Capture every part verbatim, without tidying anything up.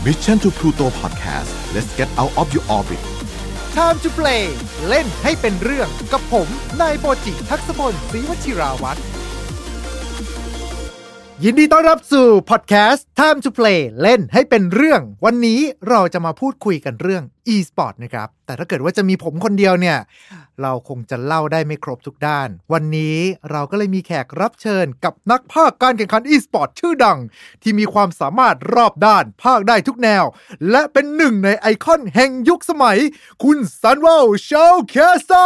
Mission to Pluto Podcast let's get out of your orbit Time to play เล่นให้เป็นเรื่องกับผมนายโปจิทักษพลศรีวชิราวัฒน์ยินดีต้อนรับสู่พอดแคสต์ Time to Play เล่นให้เป็นเรื่องวันนี้เราจะมาพูดคุยกันเรื่อง e-sport นะครับแต่ถ้าเกิดว่าจะมีผมคนเดียวเนี่ยเราคงจะเล่าได้ไม่ครบทุกด้านวันนี้เราก็เลยมีแขกรับเชิญกับนักพากย์การแข่งขัน e-sport ชื่อดังที่มีความสามารถรอบด้านพากย์ได้ทุกแนวและเป็นหนึ่งในไอคอนแห่งยุคสมัยคุณซันวอลชาวแคสตา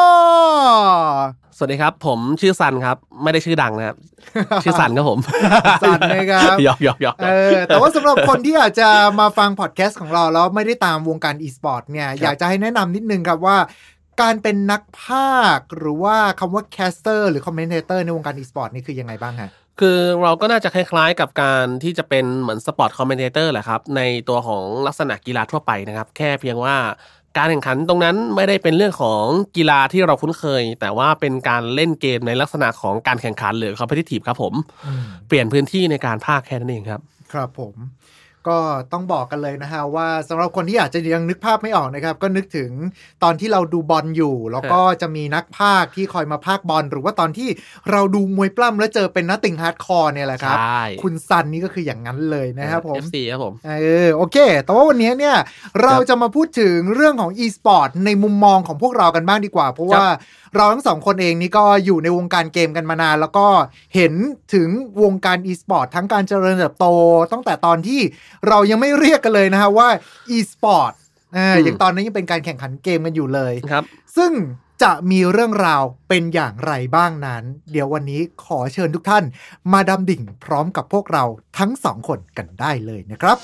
สวัสดีครับผมชื่อซันครับไม่ได้ชื่อดังนะครับ ชื่อซันครับผมซันนะครับหยอกๆๆเออแต่ว่าสำหรับคนที่อาจจะมาฟังพอดแคสต์ของเราแล้วไม่ได้ตามวงการ e-sport เนี่ยอยากจะให้แนะนำนิดนึงครับว่าการเป็นนักพากย์หรือว่าคำว่าแคสเตอร์หรือคอมเมนเทเตอร์ในวงการ e-sport นี่คือยังไงบ้างฮะคือเราก็น่าจะคล้ายๆกับการที่จะเป็นเหมือนสปอร์ตคอมเมนเทเตอร์แหละครับในตัวของลักษณะกีฬาทั่วไปนะครับแค่เพียงว่าการแข่งขันตรงนั้นไม่ได้เป็นเรื่องของกีฬาที่เราคุ้นเคยแต่ว่าเป็นการเล่นเกมในลักษณะของการแข่งขันหรือ competitive ครับผมเปลี่ยนพื้นที่ในการพากย์แค่นั้นเองครับครับผมก็ต้องบอกกันเลยนะฮะว่าสำหรับคนที่อาจจะยังนึกภาพไม่ออกนะครับก็นึกถึงตอนที่เราดูบอลอยู่แล้วก็จะมีนักพากย์ที่คอยมาพากย์บอลหรือว่าตอนที่เราดูมวยปล้ำแล้วเจอเป็นนักติ่งฮาร์ดคอร์เนี่ยแหละครับคุณซันนี่ก็คืออย่างนั้นเลยนะครับผมเอฟ ซี ครับผมเออโอเคแต่ว่าวันนี้เนี่ยเราจะมาพูดถึงเรื่องของ e-sport ในมุมมองของพวกเรากันบ้างดีกว่าเพราะว่าเราทั้งสองคนเองนี่ก็อยู่ในวงการเกมกันมานานแล้วก็เห็นถึงวงการ e-sport ทั้งการเจริญเติบโตตั้งแต่ตอนที่เรายังไม่เรียกกันเลยนะฮะว่า e-sport อ่าอย่างตอนนี้ยังเป็นการแข่งขันเกมกันอยู่เลยครับซึ่งจะมีเรื่องราวเป็นอย่างไรบ้างนั้นเดี๋ยววันนี้ขอเชิญทุกท่านมาดำดิ่งพร้อมกับพวกเราทั้งสองคนกันได้เลยนะครับ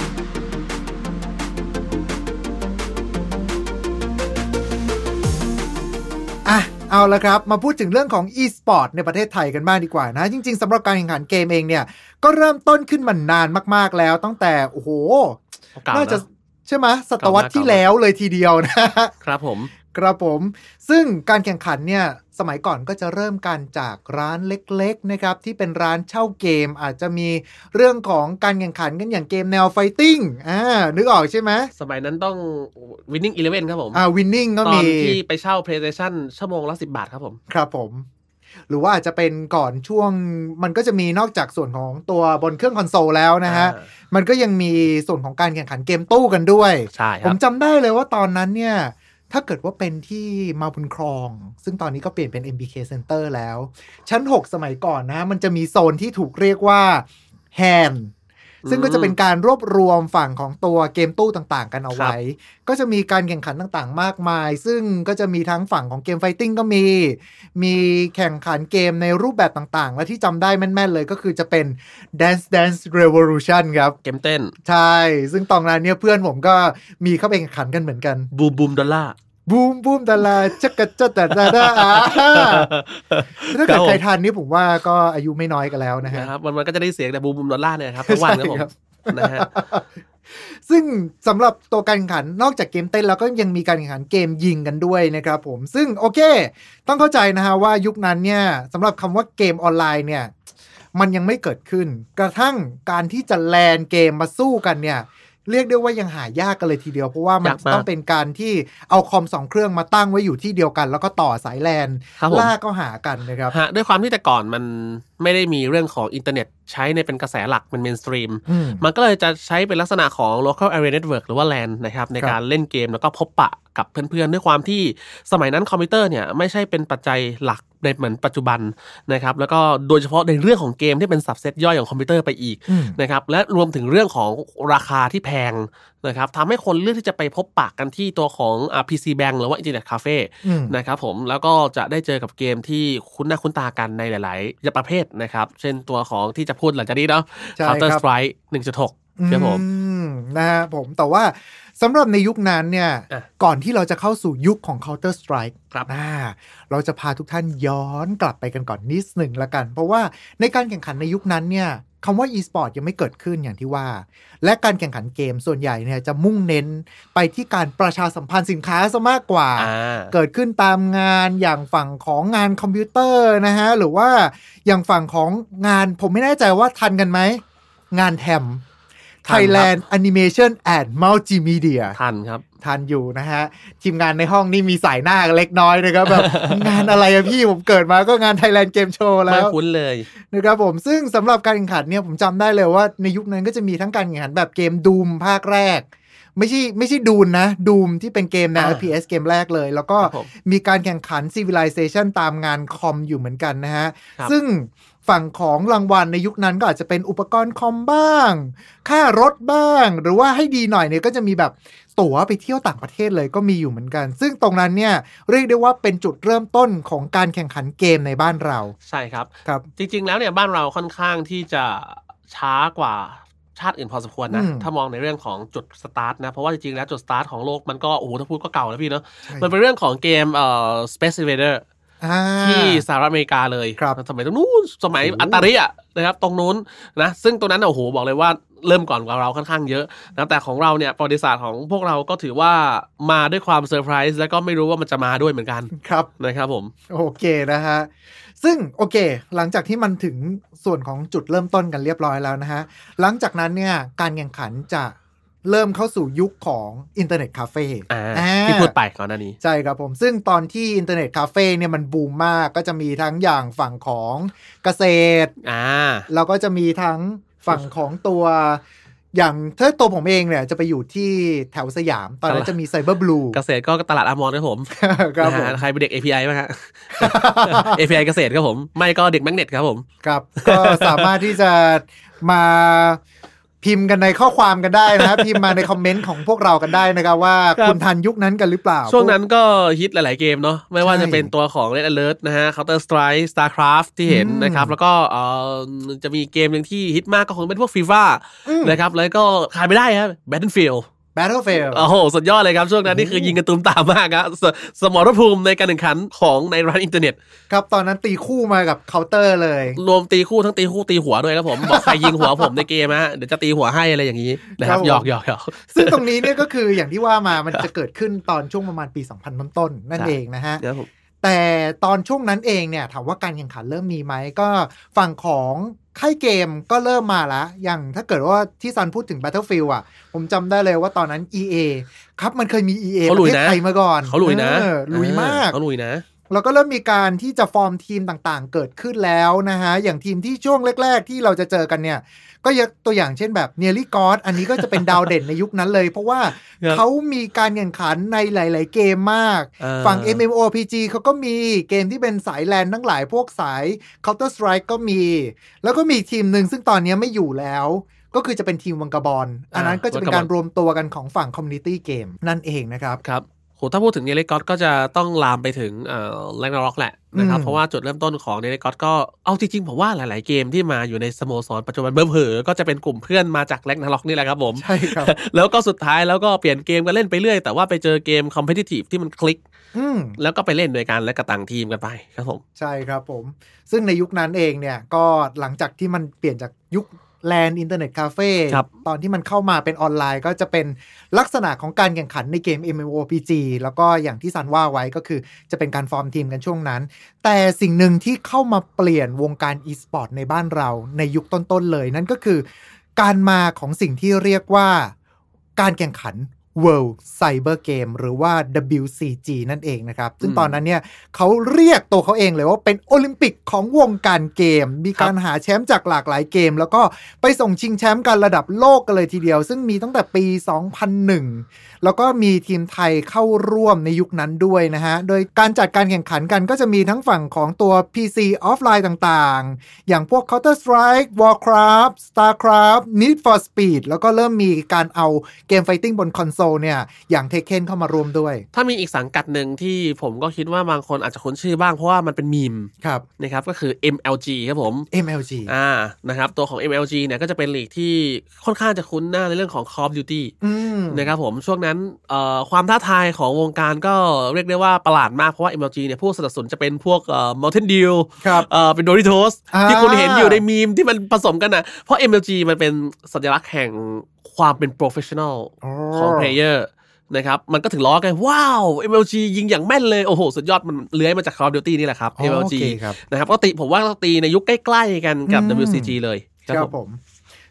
อ่ะเอาละครับมาพูดถึงเรื่องของ e-sport ในประเทศไทยกันบ้างดีกว่านะจริงๆสำหรับการแข่งขันเกมเองเนี่ยก็เริ่มต้นขึ้นมานานมากๆแล้วตั้งแต่โอ้โหน่าจะใช่ไหมศตวรรษที่แล้วเลยทีเดียวนะครับผมครับผมซึ่งการแข่งขันเนี่ยสมัยก่อนก็จะเริ่มกันจากร้านเล็กๆนะครับที่เป็นร้านเช่าเกมอาจจะมีเรื่องของการแข่งขันกันอย่างเกมแนวไฟติ้งอ่านึกออกใช่ไหมสมัยนั้นต้อง Winning สิบเอ็ดครับผมอ่า Winning ก็มีตอนที่ไปเช่า PlayStation ชั่วโมงละสิบบาทครับผมครับผมหรือว่าอาจจะเป็นก่อนช่วงมันก็จะมีนอกจากส่วนของตัวบนเครื่องคอนโซลแล้วนะฮะมันก็ยังมีส่วนของการแข่งขันเกมตู้กันด้วยใช่ครับผมจำได้เลยว่าตอนนั้นเนี่ยถ้าเกิดว่าเป็นที่มาบุญครองซึ่งตอนนี้ก็เปลี่ยนเป็น เอ็ม บี เค Center แล้วชั้นหกสมัยก่อนนะมันจะมีโซนที่ถูกเรียกว่าแฮนด์ซึ่งก็จะเป็นการรวบรวมฝั่งของตัวเกมตู้ต่างๆกันเอาไว้ก็จะมีการแข่งขันต่างๆมากมายซึ่งก็จะมีทั้งฝั่งของเกมไฟติ้งก็มีมีแข่งขันเกมในรูปแบบต่างๆและที่จำได้แม่นๆเลยก็คือจะเป็น Dance Dance Revolution ครับเกมเต้นใช่ซึ่งตอนนั้นเนี่ยเพื่อนผมก็มีเข้าไปแข่งขันกันเหมือนกันบูมบูมดอลลาร์บูมบูมดาราจักรจัดดาดาถ้าเกิดใครทันนี่ผมว่าก็อายุไม่น้อยกันแล้วนะฮะครับมันมันก็จะได้เสียงแต่บูมบูมดอลลาร์เนี่ยครับทั้งวันครับผมนะฮะซึ่งสำหรับตัวการแข่งขันนอกจากเกมเต้นแล้วก็ยังมีการแข่งขันเกมยิงกันด้วยนะครับผมซึ่งโอเคต้องเข้าใจนะฮะว่ายุคนั้นเนี่ยสำหรับคำว่าเกมออนไลน์เนี่ยมันยังไม่เกิดขึ้นกระทั่งการที่จะแลนเกมมาสู้กันเนี่ยเรียกได้ว่ายังหายากกันเลยทีเดียวเพราะว่ามันต้องเป็นการที่เอาคอมสองเครื่องมาตั้งไว้อยู่ที่เดียวกันแล้วก็ต่อสายแลนลากก็หากันนะครับด้วยความที่แต่ก่อนมันไม่ได้มีเรื่องของอินเทอร์เน็ตใช้ในเป็นกระแสหลักเป็นเมนสตรีมมันก็เลยจะใช้เป็นลักษณะของ local area network หรือว่า แลน นะครับในการเล่นเกมแล้วก็พบปะกับเพื่อนๆด้วยความที่สมัยนั้นคอมพิวเตอร์เนี่ยไม่ใช่เป็นปัจจัยหลักในเหมือนปัจจุบันนะครับแล้วก็โดยเฉพาะในเรื่องของเกมที่เป็นซับเซตย่อยของคอมพิวเตอร์ไปอีกนะครับและรวมถึงเรื่องของราคาที่แพงนะครับทำให้คนเลือกที่จะไปพบปะกันที่ตัวของ พี ซี Bank หรือว่า Internet Cafe นะครับผมแล้วก็จะได้เจอกับเกมที่คุ้นหน้าคุ้นตากันในหลายๆประเภทนะครับเช่นตัวของที่จะพูดหลังจากนี้เนาะ Counter Strike หนึ่งจุดหก ครับผมนะฮะผมแต่ว่าสำหรับในยุคนั้นเนี่ยก่อนที่เราจะเข้าสู่ยุคของ Counter Strike ครับเราจะพาทุกท่านย้อนกลับไปกันก่อนนิดหนึ่งละกันเพราะว่าในการแข่งขันในยุคนั้นเนี่ยคำว่า e-sport ยังไม่เกิดขึ้นอย่างที่ว่าและการแข่งขันเกมส่วนใหญ่เนี่ยจะมุ่งเน้นไปที่การประชาสัมพันธ์สินค้าซะมากกว่าเกิดขึ้นตามงานอย่างฝั่งของงานคอมพิวเตอร์นะฮะหรือว่าอย่างฝั่งของงานผมไม่แน่ใจว่าทันกันไหมงานแทมท Thailand Animation and Multimedia ทันครับทันอยู่นะฮะทีมงานในห้องนี่มีสายหน้าเล็กน้อยนะครับแบบ งานอะไรอะพี่ผมเกิดมาก็งาน Thailand Game Show แล้วไม่คุ้นเลยนะครับผมซึ่งสำหรับการแข่งขันเนี่ยผมจำได้เลยว่าในยุคนั้นก็จะมีทั้งการแข่งขันแบบเกม Doom ภาคแรกไม่ใช่ไม่ใช่ดูนนะ Doom ที่เป็นเกมใน อาร์ พี เอส เกมแรกเลยแล้วก็มีการแข่งขัน Civilization ตามงานคอมอยู่เหมือนกันนะฮะซึ่งฝั่งของรางวัลในยุคนั้นก็อาจจะเป็นอุปกรณ์คอมบ้างค่ารถบ้างหรือว่าให้ดีหน่อยเนี่ยก็จะมีแบบตั๋วไปเที่ยวต่างประเทศเลยก็มีอยู่เหมือนกันซึ่งตรงนั้นเนี่ยเรียกได้ว่าเป็นจุดเริ่มต้นของการแข่งขันเกมในบ้านเราใช่ครับครับจริงๆแล้วเนี่ยบ้านเราค่อนข้างที่จะช้ากว่าชาติอื่นพอสมควรนะถ้ามองในเรื่องของจุดสตาร์ทนะเพราะว่าจริงๆแล้วจุดสตาร์ทของโลกมันก็โอ้โหถ้าพูดก็เก่าแล้วพี่เนาะมันเป็นเรื่องของเกมเอ่อ Space Invader ที่สหรัฐอเมริกาเลยสมัยตรงนู้นสมัยอัตตาริอ่ะนะครับตรงนู้นนะซึ่งตรงนั้นโอ้โหบอกเลยว่าเริ่มก่อนกว่าเราค่อนข้างเยอะนะแต่ของเราเนี่ยประวัติศาสตร์ของพวกเราก็ถือว่ามาด้วยความเซอร์ไพรส์แล้วก็ไม่รู้ว่ามันจะมาด้วยเหมือนกันครับนะครับผมโอเคนะฮะซึ่งโอเคหลังจากที่มันถึงส่วนของจุดเริ่มต้นกันเรียบร้อยแล้วนะฮะหลังจากนั้นเนี่ยการแข่งขันจะเริ่มเข้าสู่ยุคของอินเทอร์เน็ตคาเฟ่ที่พูดไปก่อนหน้านี้ใช่ครับผมซึ่งตอนที่อินเทอร์เน็ตคาเฟ่เนี่ยมันบูมมากก็จะมีทั้งอย่างฝั่งของเกษตรอ่าแล้วก็จะมีทั้งฝั่งของตัวอย่างถ้าตัวผมเองเนี่ยจะไปอยู่ที่แถวสยามตอนนั้นจะมีไซเบอร์บลูเกษตรก็ตลาดอมรครับผมครับผมใครเป็นเด็ก เอ พี ไอ มั้ยฮะ เอ พี ไอ เกษตรครับผมไม่ก็เด็กแมกเนตครับผมครับก็สามารถที่จะมาพิมพ์กันในข้อความกันได้นะพิมพ์มาในคอมเมนต์ของพวกเรากันได้นะครับว่าคุณทันยุคนั้นกันหรือเปล่าช่วงนั้นก็ฮิตหลายๆเกมเนาะไม่ว่าจะเป็นตัวของ Red Alert นะฮะ Counter Strike Starcraft ที่เห็นนะครับแล้วก็เอ่อจะมีเกมนึงที่ฮิตมากก็คงเป็นพวก FIFA นะครับแล้วก็ขาดไม่ได้ครับ Battlefield Battlefield โอ้โหสุดยอดเลยครับช่วงนั้นนี่คือยิงกันตูมตามมากครับสมรภูมิในการแข่งขันของในร้านอินเทอร์เน็ตครับตอนนั้นตีคู่มากับเคาน์เตอร์เลยรวมตีคู่ทั้งตีคู่ตีหัวด้วยแล้วผมบอกใครยิงหัวผมในเกมฮะเดี๋ยวจะตีหัวให้อะไรอย่างนี้นะครับหยอกหยอกหยอกซึ่งตรงนี้เนี่ยก็คืออย่างที่ว่ามามันจะเกิดขึ้นตอนช่วงประมาณปีสองพันต้นๆนั่นเองนะฮะแต่ตอนช่วงนั้นเองเนี่ยถามว่าการแข่งขันเริ่มมีไหมก็ฝั่งของค่ายเกมก็เริ่มมาแล้วอย่างถ้าเกิดว่าที่ซันพูดถึง Battlefield อ่ะผมจำได้เลยว่าตอนนั้น อี เอ ครับมันเคยมี อี เอ ประเทศไทยมาก่อนเขาลุยนะลุยมากเขาลุยนะแล้วก็เริ่มมีการที่จะฟอร์มทีมต่างๆเกิดขึ้นแล้วนะฮะอย่างทีมที่ช่วงแรกๆที่เราจะเจอกันเนี่ยก็ยกตัวอย่างเช่นแบบ Nearly God อันนี้ก็จะเป็นดาวเด่นในยุคนั้นเลยเพราะว่าเขามีการแข่งขันในหลายๆเกมมากฝั่ง เอ็ม เอ็ม โอ อาร์ พี จี เขาก็มีเกมที่เป็นสายแลนทั้งหลายพวกสาย Counter Strike ก็มีแล้วก็มีทีมหนึ่งซึ่งตอนนี้ไม่อยู่แล้วก็คือจะเป็นทีมวังกะบอลอันนั้นก็จะเป็นการรวมตัวกันของฝั่ง Community Game นั่นเองนะครับครับโหถ้าพูดถึงเนเลกอตก็จะต้องลามไปถึงเอ่อแร็กนาร็อกแหละนะครับเพราะว่าจุดเริ่มต้นของเนเลกอตก็เอาจริงๆผมว่าหลายๆเกมที่มาอยู่ในสโมสรปัจจุบันเผลอๆก็จะเป็นกลุ่มเพื่อนมาจากแร็กนาร็อกนี่แหละครับผมใช่ครับแล้วก็สุดท้ายแล้วก็เปลี่ยนเกมกันเล่นไปเรื่อยแต่ว่าไปเจอเกมคอมเพทิทีฟที่มันคลิกแล้วก็ไปเล่นด้วยกันและกระต่างทีมกันไปครับผมใช่ครับผมซึ่งในยุคนั้นเองเนี่ยก็หลังจากที่มันเปลี่ยนจากยุคแลนด์อินเทอร์เน็ตคาเฟ่ตอนที่มันเข้ามาเป็นออนไลน์ก็จะเป็นลักษณะของการแข่งขันในเกม เอ็ม เอ็ม โอ อาร์ พี จี แล้วก็อย่างที่ซันว่าไว้ก็คือจะเป็นการฟอร์มทีมกันช่วงนั้นแต่สิ่งหนึ่งที่เข้ามาเปลี่ยนวงการ e-sport ในบ้านเราในยุคต้นๆเลยนั่นก็คือการมาของสิ่งที่เรียกว่าการแข่งขัน World Cyber Game หรือว่า ดับเบิลยู ซี จี นั่นเองนะครับซึ่งตอนนั้นเนี่ยเขาเรียกตัวเขาเองเลยว่าเป็นโอลิมปิกของวงการเกมมีการหาแชมป์จากหลากหลายเกมแล้วก็ไปส่งชิงแชมป์กันระดับโลกกันเลยทีเดียวซึ่งมีตั้งแต่ปีสองพันหนึ่งแล้วก็มีทีมไทยเข้าร่วมในยุคนั้นด้วยนะฮะโดยการจัดการแข่งขันกันก็จะมีทั้งฝั่งของตัว พี ซี ออฟไลน์ต่างๆอย่างพวก Counter Strike Warcraft Starcraft Need for Speed แล้วก็เริ่มมีการเอาเกมไฟติ้งบนคอนโซลเนี่ยอย่าง Tekken เข้ามารวมด้วยถ้ามีอีกสังกัดหนึ่งที่ผมก็คิดว่าบางคนอาจจะคุ้นชื่อบ้างเพราะว่ามันเป็นมีมครับนะครับก็คือ เอ็ม แอล จี ครับผมเอ็ม แอล จีอ่านะครับตัวของ เอ็ม แอล จี เนี่ยก็จะเป็นลีกที่ค่อนข้างจะคุ้นหน้าในเรื่องของ Call of Duty นะครับผมช่วงนั้นเอ่อความท้าทายของวงการก็เรียกได้ว่าประหลาดมากเพราะว่า เอ็ม แอล จี เนี่ยผู้สนับสนุนจะเป็นพวกเอ่อ Mountain Dew ครับเอ่อเป็น Doritos ที่คุณเห็นอยู่ในมีมที่มันผสมกันน่ะเพราะ เอ็ม แอล จี มันเป็นสัญลักษณ์แห่งความเป็น professional ของ playerนะครับมันก็ถึงล้อกันว้าว เอ็ม แอล จี ยิงอย่างแม่นเลยโอ้โหสุดยอดมันเลื้อยมาจาก Call of Duty นี่แหละครับ เอ็ม แอล จี นะครับก็ตีผมว่าตีในยุคใกล้ๆกันกับ ดับเบิลยู ซี จี เลยครับผม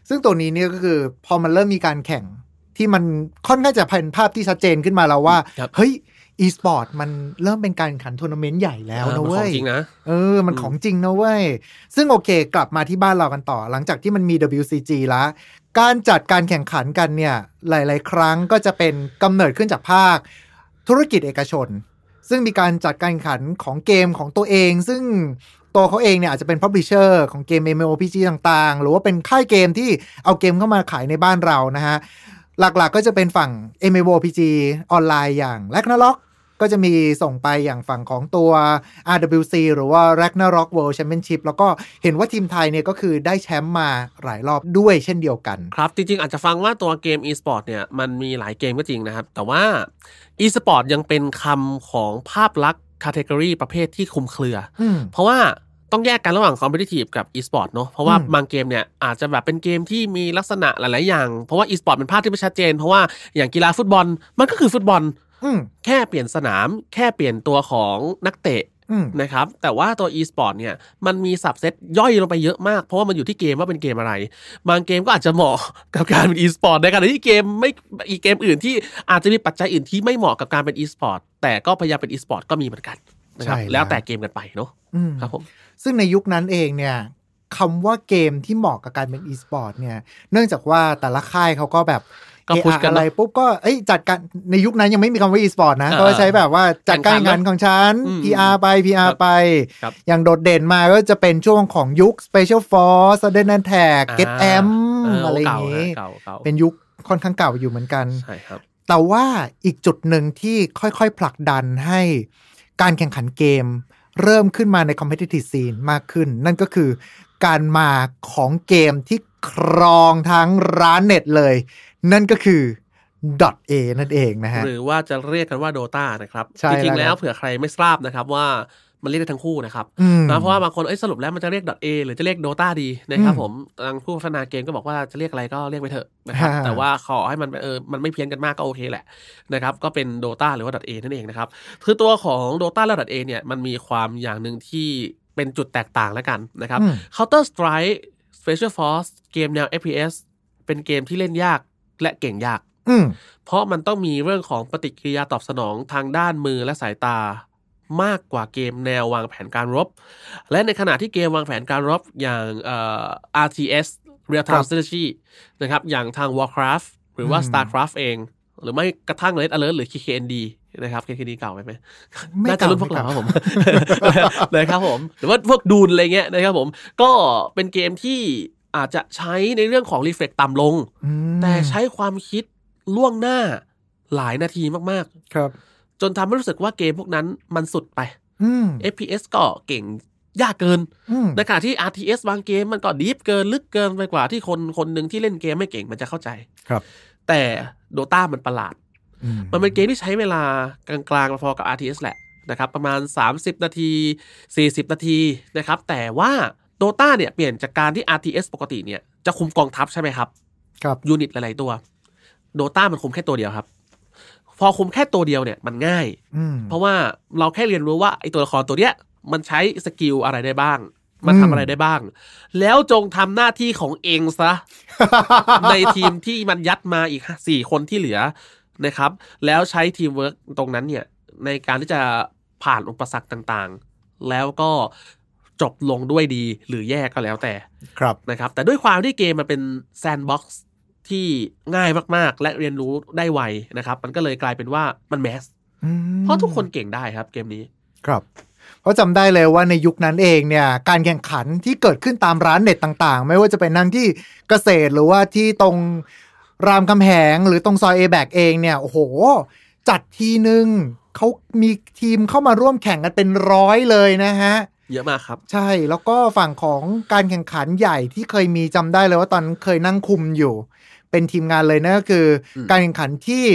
ซึ่งตัวนี้เนี่ยก็คือพอมันเริ่มมีการแข่งที่มันค่อนข้างจะเป็นภาพที่ชัดเจนขึ้นมาแล้วว่าเฮ้ย e-sport มันเริ่มเป็นการแข่งขันทัวร์นาเมนต์ใหญ่แล้วนะเว้ยของจริงนะเออมันของจริงนะเว้ยซึ่งโอเคกลับมาที่บ้านเรากันต่อหลังจากที่มันมี ดับเบิลยู ซี จี แล้วการจัดการแข่งขันกันเนี่ยหลายๆครั้งก็จะเป็นกำเนิดขึ้นจากภาคธุรกิจเอกชนซึ่งมีการจัดการแข่งขันของเกมของตัวเองซึ่งตัวเขาเองเนี่ยอาจจะเป็น publisher ของเกม เอ็ม เอ็ม โอ พี จี ต่างๆหรือว่าเป็นค่ายเกมที่เอาเกมเข้ามาขายในบ้านเรานะฮะหลักๆก็จะเป็นฝั่ง เอ็ม เอ็ม โอ พี จี ออนไลน์อย่าง Ragnarok ก็จะมีส่งไปอย่างฝั่งของตัว อาร์ ดับเบิลยู ซี หรือว่า Ragnarok World Championship แล้วก็เห็นว่าทีมไทยเนี่ยก็คือได้แชมป์มาหลายรอบด้วยเช่นเดียวกันครับจริงๆอาจจะฟังว่าตัวเกม e-sport เนี่ยมันมีหลายเกมก็จริงนะครับแต่ว่า e-sport ยังเป็นคำของภาพลักษณ์ category ประเภทที่คลุมเครือเพราะว่าต้องแยกกันระหว่าง competitive กับ e-sport เนอะเพราะว่าบางเกมเนี่ยอาจจะแบบเป็นเกมที่มีลักษณะหลายๆอย่างเพราะว่า e-sport เป็นภาพที่ไม่ชัดเจนเพราะว่าอย่างกีฬาฟุตบอลมันก็คือฟุตบอลแค่เปลี่ยนสนามแค่เปลี่ยนตัวของนักเตะนะครับแต่ว่าตัว e-sport เนี่ยมันมีสับเซตย่อยลงไปเยอะมากเพราะว่ามันอยู่ที่เกมว่าเป็นเกมอะไรบางเกมก็อาจจะเหมาะกับการเป็น e-sport ในขณะที่เกมไม่อีกเกมอื่นที่อาจจะมีปัจจัยอื่นที่ไม่เหมาะกับการเป็น e-sport แต่ก็พยายามเป็น e-sport ก็มีเหมือนกันนะครับแล้วแต่เกมกันไปเนาะครับผมซึ่งในยุคนั้นเองเนี่ยคำว่าเกมที่เหมาะกับการเป็น e-sport เนี่ยเนื่องจากว่าแต่ละค่ายเขาก็แบบก็พุชกันอะไรปุ๊บก็เอ้ยจัดการในยุคนั้นยังไม่มีคำว่า e-sport นะก็ใช้แบบว่าจัดการงานของฉัน พี อาร์ ไป พี อาร์ ไปอย่างโดดเด่นมาก็จะเป็นช่วงของยุค Special Force Sudden Attack Get Am อะไรอย่างงี้เป็นยุคค่อนข้างเก่าอยู่เหมือนกันใช่ครับแต่ว่าอีกจุดหนึ่งที่ค่อยๆผลักดันให้การแข่งขันเกมเริ่มขึ้นมาใน competitive scene มากขึ้นนั่นก็คือการมาของเกมที่ครองทั้งร้านเน็ตเลยนั่นก็คือ .A นั่นเองนะฮะหรือว่าจะเรียกกันว่า Dota นะครับจริงๆแล้วเผื่อใครไม่ทราบนะครับว่ามันเรียกได้ทั้งคู่นะครับนะเพราะว่าบางคนเอ้ยสรุปแล้วมันจะเรียก .A หรือจะเรียก Dota ดีนะครับผมทางผู้พัฒนาเกมก็บอกว่าจะเรียกอะไรก็เรียกไปเถอะนะครับแต่ว่าขอให้มันเออมันไม่เพี้ยนกันมากก็โอเคแหละนะครับก็เป็น Dota หรือว่า .A นั่นเองนะครับคือตัวของ Dota และ .A เนี่ยมันมีความอย่างนึงที่เป็นจุดแตกต่างแล้วกันนะครับ Counter Strike Special Force เกมแนว เอฟ พี เอส เป็นเกมที่เล่นยากและเก่งยากเพราะมันต้องมีเรื่องของปฏิกิริยาตอบสนองทางด้านมือและสายตามากกว่าเกมแนววางแผนการรบและในขณะที่เกมวางแผนการรบอย่างเอ่อ อาร์ ที เอส Real Time Strategy นะครับอย่างทาง Warcraft หรือว่า Starcraft เองหรือไม่กระทั่ง Red Alert หรือ เค เค เอ็น ดี นะครับ เค เค เอ็น ดี เก่าไหมไหมน่าจะรุ่นพวกเราครับผมเลยครับผมหรือว่าพวกดูนอะไรเงี้ยนะครับผมก็เป็นเกมที่อาจจะใช้ในเรื่องของ reflex ต่ำลงแต่ใช้ความคิดล่วงหน้าหลายนาทีมากๆครับจนทำให้รู้สึกว่าเกมพวกนั้นมันสุดไป เอฟ พี เอส ก็เก่งยากเกินในขณะที่ อาร์ ที เอส บางเกมมันก็ดีฟเกินลึกเกินไปกว่าที่คนคนหนึ่งที่เล่นเกมไม่เก่งมันจะเข้าใจครับแต่ Dota มันประหลาดมันเป็นเกมที่ใช้เวลากลางๆพอกับ อาร์ ที เอส แหละนะครับประมาณสามสิบนาทีสี่สิบนาทีนะครับแต่ว่า Dota เนี่ยเปลี่ยนจากการที่ อาร์ ที เอส ปกติเนี่ยจะคุมกองทัพใช่ไหมครับครับยูนิตหลายๆตัว Dota มันคุมแค่ตัวเดียวครับพอคุมแค่ตัวเดียวเนี่ยมันง่ายเพราะว่าเราแค่เรียนรู้ว่าไอ้ตัวละครตัวเนี้ยมันใช้สกิลอะไรได้บ้างมันทำอะไรได้บ้างแล้วจงทำหน้าที่ของเองซะ ในทีมที่มันยัดมาอีกสี่คนที่เหลือนะครับแล้วใช้ทีมเวิร์กตรงนั้นเนี่ยในการที่จะผ่านอุปสรรคต่างๆแล้วก็จบลงด้วยดีหรือแย่ก็แล้วแต่ครับนะครับแต่ด้วยความที่เกมมันเป็นแซนด์บ็อกซ์ที่ง่ายมากๆและเรียนรู้ได้ไวนะครับมันก็เลยกลายเป็นว่ามันแมสเพราะทุกคนเก่งได้ครับเกมนี้ครับเพราะจำได้เลยว่าในยุคนั้นเองเนี่ยการแข่งขันที่เกิดขึ้นตามร้านเน็ตต่างๆไม่ว่าจะเป็นนั่งที่เกษตรหรือว่าที่ตรงรามคำแหงหรือตรงซอย เอ แบก เองเนี่ยโอ้โหจัดทีนึงเขามีทีมเข้ามาร่วมแข่งกันเป็นร้อยเลยนะฮะเยอะมากครับใช่แล้วก็ฝั่งของการแข่งขันใหญ่ที่เคยมีจำได้เลยว่าตอนเคยนั่งคุมอยู่เป็นทีมงานเลยนะก็คือการแข่งขันที่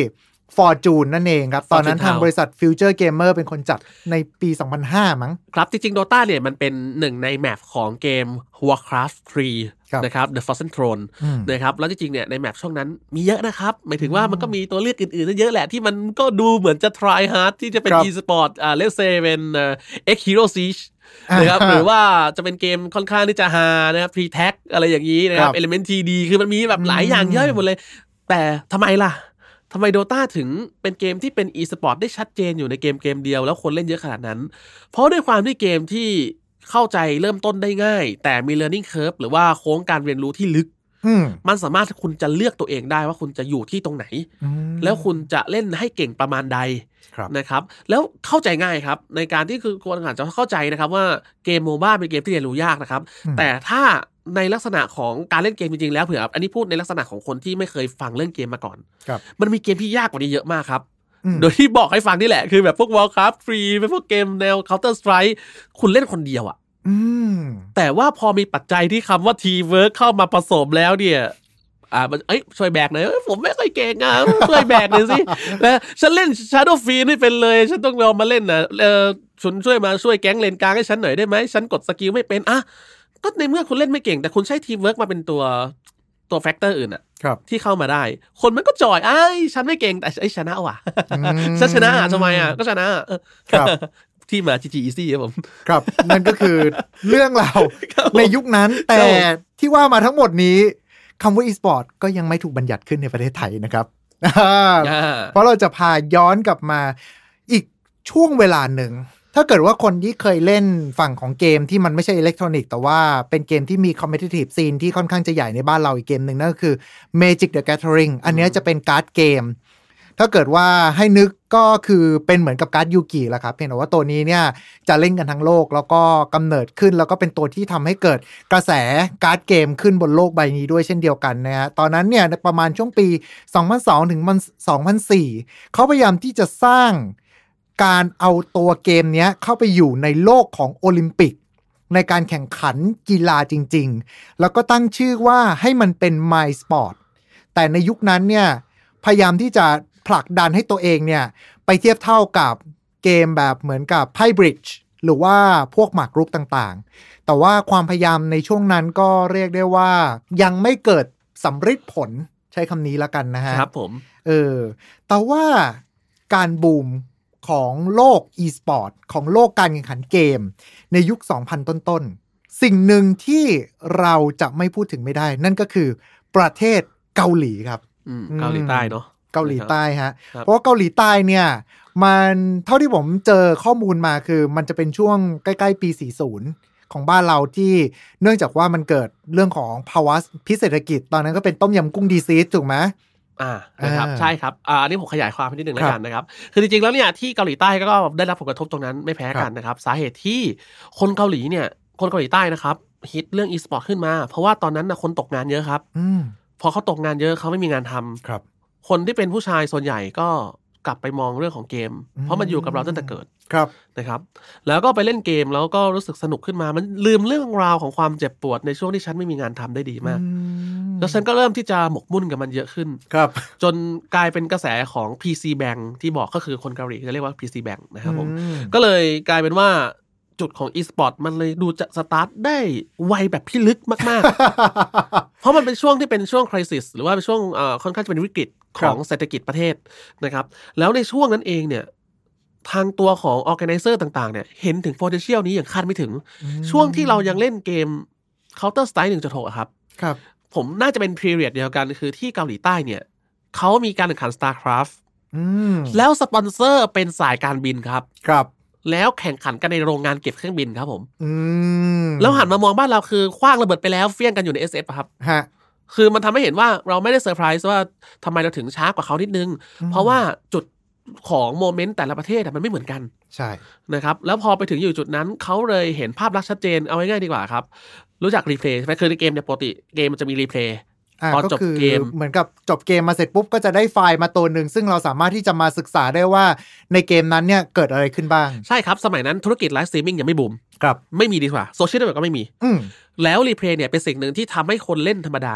Fortune นั่นเองครับตอนนั้น Fortune ทางบริษัท Future Gamer เป็นคนจัดในปี สองพันห้า มั้งครับจริงๆ Dota เนี่ยมันเป็นหนึ่งในแมปของเกม Warcraft ทรี นะครับ The Frozen Throne นะครับแล้วจริงๆเนี่ยในแมปช่วงนั้นมีเยอะนะครับหมายถึงว่ามันก็มีตัวเลือกอื่นๆเยอะแหละที่มันก็ดูเหมือนจะ try hard ที่จะเป็น e-sport อ่า let's say เป็น X Hero Siege นะครับหรือว่าจะเป็นเกมค่อนข้างที่จะฮานะครับ Pre-tag อะไรอย่างนี้นะครับ Element ที ดี คือมันมีแบบหลายอย่างเยอะไปหมดเลยแต่ทำไมล่ะทำไม Dota ถึงเป็นเกมที่เป็น e-sport ได้ชัดเจนอยู่ในเกมเกมเดียวแล้วคนเล่นเยอะขนาดนั้นเพราะด้วยความที่เกมที่เข้าใจเริ่มต้นได้ง่ายแต่มี learning curve หรือว่าโค้งการเรียนรู้ที่ลึกมันสามารถคุณจะเลือกตัวเองได้ว่าคุณจะอยู่ที่ตรงไหนแล้วคุณจะเล่นให้เก่งประมาณใดนะครับแล้วเข้าใจง่ายครับในการที่คือคนอาจจะเข้าใจนะครับว่าเกมโมบ้าเป็นเกมที่เรียนรู้ยากนะครับแต่ถ้าในลักษณะของการเล่นเกมจริงๆแล้วเผื่ออันนี้พูดในลักษณะของคนที่ไม่เคยฟังเรื่องเกมมาก่อนมันมีเกมที่ยากกว่านี้เยอะมากครับโดยที่บอกให้ฟังนี่แหละคือแบบพวก Warcraft ฟรีเป็นพวกเกมแนว Counter Strike คุณเล่นคนเดียวอ่ะแต่ว่าพอมีปัจจัยที่คำว่า Teamwork เข้ามาผสมแล้วเนี่ยอ่ามันเอ้ยช่วยแบกหน่อยเอ้ยผมไม่ค่อยเก่งอ่ะช่วยแบกหน่อยสินะฉันเล่น Shadow Fiend ไม่เป็นเลยฉันต้องลองมาเล่นนะเออฉันช่วยมาช่วยแก๊งเลนกลางให้ฉันหน่อยได้ไหมฉันกดสกิลไม่เป็นอ่ะก็ในเมื่อคุณเล่นไม่เก่งแต่คุณใช้ Teamwork มาเป็นตัวตัวแฟกเตอร์อื่นอ่ะที่เข้ามาได้คนมันก็จอยไอ้ฉันไม่เก่งแต่ไอ้ชนะว่ะฉันชนะอ่ะทำไมอ่ะก็ชนะที่มา จี จี Easy ครับผมครับนั่นก็คือเรื่องราวในยุคนั้นแต่ที่ว่ามาทั้งหมดนี้คำว่า e-sport ก็ยังไม่ถูกบัญญัติขึ้นในประเทศไทยนะครับเพราะเราจะพาย้อนกลับมาอีกช่วงเวลาหนึ่งถ้าเกิดว่าคนที่เคยเล่นฝั่งของเกมที่มันไม่ใช่อิเล็กทรอนิกส์แต่ว่าเป็นเกมที่มี competitive scene ที่ค่อนข้างจะใหญ่ในบ้านเราอีกเกมหนึ่งนั่นก็คือ Magic the Gathering อันนี้จะเป็นการ์ดเกมถ้าเกิดว่าให้นึกก็คือเป็นเหมือนกับการ์ดยูกิแหละครับเพียงแต่ว่าตัวนี้เนี่ยจะเล่นกันทั้งโลกแล้วก็กำเนิดขึ้นแล้วก็เป็นตัวที่ทำให้เกิดกระแสการ์ดเกมขึ้นบนโลกใบนี้ด้วยเช่นเดียวกันนะฮะตอนนั้นเนี่ยประมาณช่วงปีสองพันสองถึงสองพันสี่เขาพยายามที่จะสร้างการเอาตัวเกมนี้เข้าไปอยู่ในโลกของโอลิมปิกในการแข่งขันกีฬาจริงๆแล้วก็ตั้งชื่อว่าให้มันเป็น My Sport แต่ในยุคนั้นเนี่ยพยายามที่จะผลักดันให้ตัวเองเนี่ยไปเทียบเท่ากับเกมแบบเหมือนกับไพ่บริดจ์หรือว่าพวกหมากรุกต่างๆแต่ว่าความพยายามในช่วงนั้นก็เรียกได้ว่ายังไม่เกิดสำฤทธิ์ผลใช้คำนี้ละกันนะฮะครับผมเออแต่ว่าการบูมของโลก e-sport ของโลกการแข่งขันเกมในยุค สองพัน ต้นๆสิ่งหนึ่งที่เราจะไม่พูดถึงไม่ได้นั่นก็คือประเทศเกาหลีครับเกาหลีใต้เนาะเกาหลีใต้ฮะเพราะว่าเกาหลีใต้เนี่ยมันเท่าที่ผมเจอข้อมูลมาคือมันจะเป็นช่วงใกล้ๆปีสี่สิบของบ้านเราที่เนื่องจากว่ามันเกิดเรื่องของภาวะพิษเศรษฐกิจตอนนั้นก็เป็นต้มยำกุ้งดีซีสถูกไหมอ่านะครับใช่ครับอ่าอันนี้ผมขยายความนิดนึงแล้วกันนะครับคือจริงๆแล้วเนี่ยที่เกาหลีใต้ก็ได้รับผลกระทบตรงนั้นไม่แพ้กันนะครับสาเหตุที่คนเกาหลีเนี่ยคนเกาหลีใต้นะครับฮิตเรื่อง e-sport ขึ้นมาเพราะว่าตอนนั้นนะคนตกงานเยอะครับพอเขาตกงานเยอะเขาไม่มีงานทำครับคนที่เป็นผู้ชายส่วนใหญ่ก็กลับไปมองเรื่องของเกมเพราะมันอยู่กับเราตั้งแต่เกิดนะครับแล้วก็ไปเล่นเกมแล้วก็รู้สึกสนุกขึ้นมามันลืมเรื่องราวของความเจ็บปวดในช่วงที่ฉันไม่มีงานทำได้ดีมากแล้วฉันก็เริ่มที่จะหมกมุ่นกับมันเยอะขึ้นจนกลายเป็นกระแสของ พี ซี Bank ที่บอกก็คือคนเกาหลีจะเรียกว่า พี ซี Bank นะครับผมก็เลยกลายเป็นว่าจุดของ e-sport มันเลยดูจะสตาร์ทได้ไวแบบพิลึกมากๆ เพราะมันเป็นช่วงที่เป็นช่วง crisis หรือว่าเป็นช่วงเอ่อค่อนข้างจะเป็นวิกฤตของเศรษฐกิจประเทศนะครับแล้วในช่วงนั้นเองเนี่ยทางตัวของ organizer ต่างๆเนี่ยเห็นถึง potential นี้อย่างคาดไม่ถึงช่วงที่เรายังเล่นเกม Counter Strike หนึ่งจุดหก อะครับครับผมน่าจะเป็น period เดียวกันคือที่เกาหลีใต้เนี่ยเขามีการแข่งขัน StarCraft แล้วสปอนเซอร์เป็นสายการบินครับครับแล้วแข่งขันกันในโรงงานเก็บเครื่องบินครับผมแล้วหันมามองบ้านเราคือคว้างระเบิดไปแล้วเฟี้ยงกันอยู่ใน เอส เอฟ ครับฮะคือมันทำให้เห็นว่าเราไม่ได้เซอร์ไพรส์ว่าทำไมเราถึงช้ากว่าเขานิดนึงเพราะว่าจุดของโมเมนต์แต่ละประเทศมันไม่เหมือนกันใช่นะครับแล้วพอไปถึงอยู่จุดนั้นเขาเลยเห็นภาพลักษณ์ชัดเจนเอาง่ายๆดีกว่าครับรู้จักรีเพลย์ใช่ไหมคือในเกมเนี่ยปกติเกมมันจะมีรีเพลย์พอจบเกมเหมือนกับจบเกมมาเสร็จปุ๊บก็จะได้ไฟล์มาตัวหนึ่งซึ่งเราสามารถที่จะมาศึกษาได้ว่าในเกมนั้นเนี่ยเกิดอะไรขึ้นบ้างใช่ครับสมัยนั้นธุรกิจไลฟ์สตรีมมิ่งยังไม่บูมครับไม่มีดีกว่าโซเชียลเน็ตเวิร์กก็ไม่มีแล้วรีเพลย์เนี่ยเป็นสิ่งหนึ่งที่ทำให้คนเล่นธรรมดาเนี่ย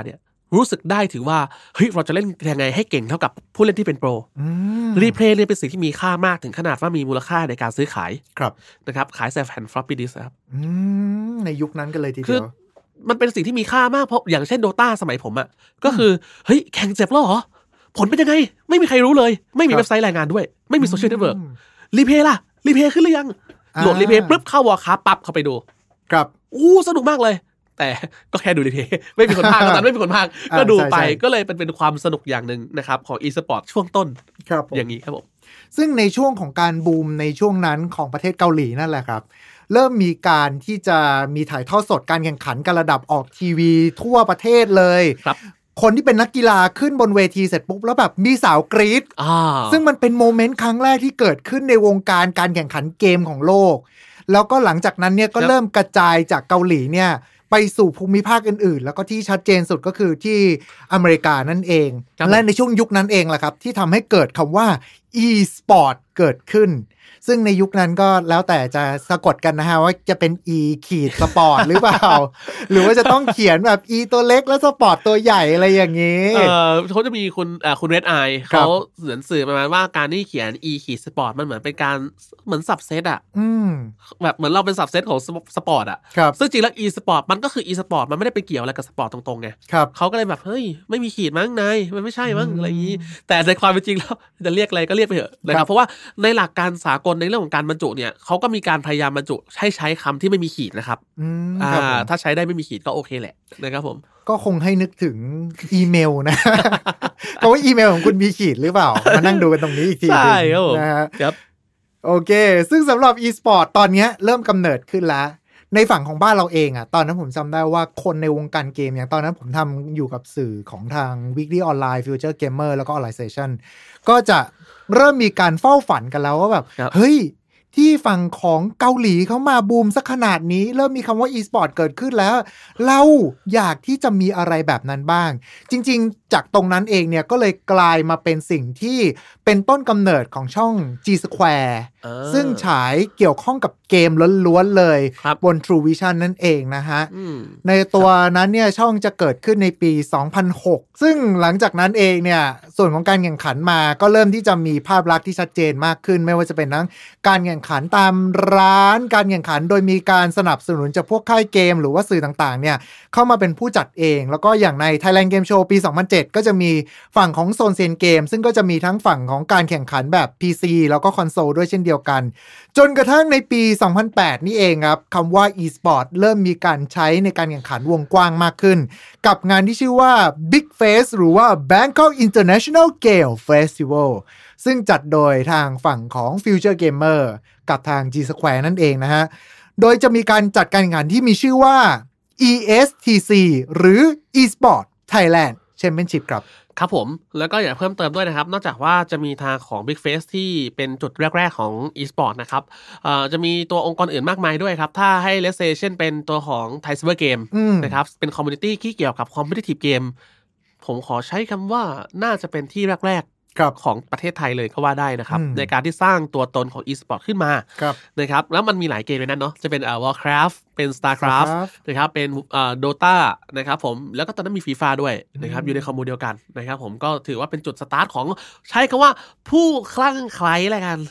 รู้สึกได้ถึงว่าเฮ้ยเราจะเล่นยังไงให้เก่งเท่ากับผู้เล่นที่เป็นโปรรีเพลย์เนี่ยเป็นสิ่งที่มีค่ามากถึงขนาดว่ามีมูลค่าในการซื้อขายครับนะครับขายใส่แผ่น floppy disk ครับในยุคนั้นกันเลยทีเดียวมันเป็นสิ่งที่มีค่ามากเพราะอย่างเช่น Dota สมัยผมอ่ะก็คือเฮ้ยแข่งเจ็บแล้วเหรอผลเป็นยังไงไม่มีใครรู้เลยไม่มีเว็บไซต์รายงานด้วยไม่มีโซเชียลเน็ตเวิร์กรีเพลย์ล่ะรีเพลย์ขึ้นหรือยังโหลดรีเพลย์ปุ๊บเข้าวอร์คราฟปั๊บเข้าไปดูครับอู้สนุกมากเลยแต่ก็แค่ดูรีเพลย์ไม่มีคนพากย์ตอนนั้นไม่มีคนพากย์ก็ดูไปก็เลยเป็นเป็นความสนุกอย่างนึงนะครับของ e-sport ช่วงต้นอย่างนี้ครับผมซึ่งในช่วงของการบูมในช่วงนั้นของประเทศเกาหลีนั่นแหละครับเริ่มมีการที่จะมีถ่ายทอดสดการแข่งขันกันระดับออกทีวีทั่วประเทศเลยครับคนที่เป็นนักกีฬาขึ้นบนเวทีเสร็จปุ๊บแล้วแบบมีสาวกรี๊ดซึ่งมันเป็นโมเมนต์ครั้งแรกที่เกิดขึ้นในวงการการแข่งขันเกมของโลกแล้วก็หลังจากนั้นเนี่ยก็เริ่มกระจายจากเกาหลีเนี่ยไปสู่ภูมิภาคอื่นๆแล้วก็ที่ชัดเจนสุดก็คือที่อเมริกานั่นเองและในช่วงยุคนั้นเองแหละครับที่ทำให้เกิดคำว่า e-sport เกิดขึ้นซึ่งในยุคนั้นก็แล้วแต่จะสะกดกันนะฮะว่าจะเป็น e ขีดสปอร์ตหรือเปล่า หรือว่าจะต้องเขียนแบบ e ตัวเล็กแล้วสปอร์ตตัวใหญ่อะไรอย่างนี้เออเขาจะมีคุณเอ่อคุณเรดไอเขาเหมือนสื่อประมาณว่าการที่เขียน e ขีดสปอร์ตมันเหมือนเป็นการเหมือนสับเซตอ่ะแบบเหมือนเราเป็นสับเซตของสปอร์ตอ่ะซึ่งจริงแล้ว e สปอร์ตมันก็คือ e สปอร์ตมันไม่ได้ไปเกี่ยวอะไรกับสปอร์ตตรงๆไงเขาก็เลยแบบเฮ้ยไม่มีขีดมั้งนายมันไม่ใช่มั้งอะไรอย่างนี้แต่ในความเป็นจริงแล้วจะเรียกอะไรก็เรียกไปเถอะนะครับเพราะว่าในหลักการสากลในเรื่องของการบรรจุเนี่ยเขาก็มีการพยายามบรรจุให้ใช้คำที่ไม่มีขีดนะครับอ่าถ้าใช้ได้ไม่มีขีดก็โอเคแหละนะครับผมก็คงให้นึกถึงอีเมลนะ เพราะว่าอีเมลของคุณมีขีดหรือเปล่ามานั่งดูกันตรงนี้อีกทีใช่ครับโอเคซึ่งสำหรับ e-sport ตอนนี้เริ่มกำเนิดขึ้นแล้วในฝั่งของบ้านเราเองอ่ะตอนนั้นผมจำได้ว่าคนในวงการเกมอย่างตอนนั้นผมทำอยู่กับสื่อของทาง Weekly Online Future Gamer แล้วก็ Online Station ก็จะเริ่มมีการเฝ้าฝันกันแล้วว่าแบบเฮ้ยที่ฝั่งของเกาหลีเขามาบูมสักขนาดนี้เริ่มมีคำว่า e-sport เกิดขึ้นแล้วเราอยากที่จะมีอะไรแบบนั้นบ้างจริงๆจากตรงนั้นเองเนี่ยก็เลยกลายมาเป็นสิ่งที่เป็นต้นกำเนิดของช่อง G Square ซึ่งฉายเกี่ยวข้องกับเกมล้วนๆเลยบน True Vision นั่นเองนะฮะในตัวนั้นเนี่ยช่องจะเกิดขึ้นในปีสองพันหกซึ่งหลังจากนั้นเองเนี่ยส่วนของการแข่งขันมาก็เริ่มที่จะมีภาพลักษณ์ที่ชัดเจนมากขึ้นไม่ว่าจะเป็นทั้งการแข่งขันตามร้านการแข่งขันโดยมีการสนับสนุนจากพวกค่ายเกมหรือว่าสื่อต่างๆเนี่ยเข้ามาเป็นผู้จัดเองแล้วก็อย่างใน Thailand Game Show ปีสองพันเจ็ดก็จะมีฝั่งของโซนเซียนเกมซึ่งก็จะมีทั้งฝั่งของการแข่งขันแบบ พี ซี แล้วก็คอนโซลด้วยเช่นเดียวกันจนกระทั่งในปีสองพันแปดนี่เองครับคำว่า e-sport เริ่มมีการใช้ในการแข่งขันวงกว้างมากขึ้นกับงานที่ชื่อว่า Big Face หรือว่า Bangkok International Game Festival ซึ่งจัดโดยทางฝั่งของ Future Gamer กับทาง G Square นั่นเองนะฮะโดยจะมีการจัดการแข่งขันที่มีชื่อว่า อี เอส ที ซี หรือ e-sport Thailand Championship ครับครับผมแล้วก็อยากเพิ่มเติมด้วยนะครับนอกจากว่าจะมีทางของ Big Face ที่เป็นจุดแรกๆของ e-sport นะครับเอ่อจะมีตัวองค์กรอื่นมากมายด้วยครับถ้าให้ let's say เช่นเป็นตัวของ Thai Cyber Game นะครับเป็นคอมมูนิตี้ที่เกี่ยวกับ competitive game ผมขอใช้คำว่าน่าจะเป็นที่แรกๆของประเทศไทยเลยก็ว่าได้นะครับในการที่สร้างตัวตนของ e-sport ขึ้นมานะครับแล้วมันมีหลายเกมในนั้นเนาะจะเป็นเอ่อ Warcraft เป็น Starcraft นะครับเป็นเอ่อ Dota นะครับผมแล้วก็ตอนนั้นมี FIFA ด้วยนะครับอยู่ในคอมมูนเดียวกันนะครับผมก็ถือว่าเป็นจุดสตาร์ทของใช้คำว่าผู้คลั่งไคล้แล้วกัน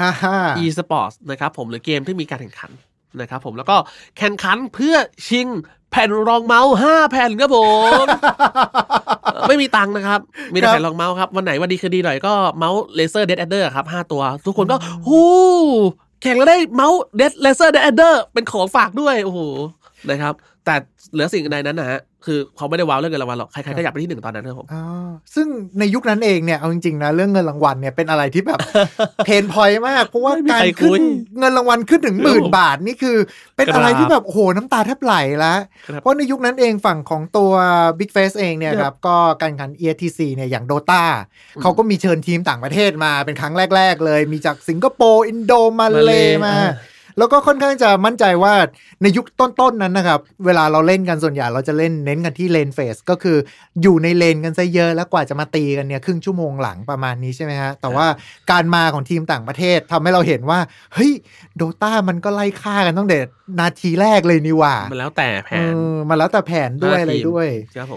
e-sport นะครับผมหรือเกมที่มีการแข่งขันนะครับผมแล้วก็แข่งขันเพื่อชิงแผ่นรองเมาส์ห้าแผ่นครับผม ไม่มีตังค์นะครับมีแต่แผ่นรองเมาส์ครับวันไหนวันดีคือดีหน่อยก็เมาส์เลเซอร์เดดแอดเดอร์ครับห้าตัวทุกคนก็ฮู้แข่งแล้วได้เมาส์เดดเลเซอร์เดดแอดเดอร์เป็นของฝากด้วยโอ้โหนะครับแต่เหลือสิ่งใดนั้นนะฮะคือเขาไม่ได้ว้าวเรื่องเงินรางวัลหรอกใครๆก็อยากไปที่หนึ่งตอนนั้นครับผมอ๋อซึ่งในยุคนั้นเองเนี่ยเอาจริงๆนะเรื่องเงินรางวัลเนี่ยเป็นอะไรที่แบบ เพนพอยต์มากเพราะว่าการขึ้นเงินรางวัลขึ้นถึงหมื่นบาทนี่คือเป็นอะไรที่แบบโอ้โหน้ำตาแทบไหลแล้วเพราะในยุคนั้นเองฝั่งของตัว Big Face เองเนี่ยครับก็การแข่งขัน อี เอส ที ซี เนี่ยอย่าง Dota เขาก็มีเชิญทีมต่างประเทศมาเป็นครั้งแรกๆเลยมีจากสิงคโปร์อินโดมาเลมาแล้วก็ค่อนข้างจะมั่นใจว่าในยุคต้นๆนั้นนะครับเวลาเราเล่นกันส่วนใหญ่เราจะเล่นเน้นกันที่เลนเฟสก็คืออยู่ในเลนกันซะเยอะแล้วกว่าจะมาตีกันเนี่ยครึ่งชั่วโมงหลังประมาณนี้ใช่ไหมฮะแต่ว่าการมาของทีมต่างประเทศทำให้เราเห็นว่าเฮ้ยโดต้ามันก็ไล่ฆ่ากันตั้งแต่นาทีแรกเลยนี่หว่ามันแล้วแต่แผนมันแล้วแต่แผนด้วยอะไรด้วยครับผม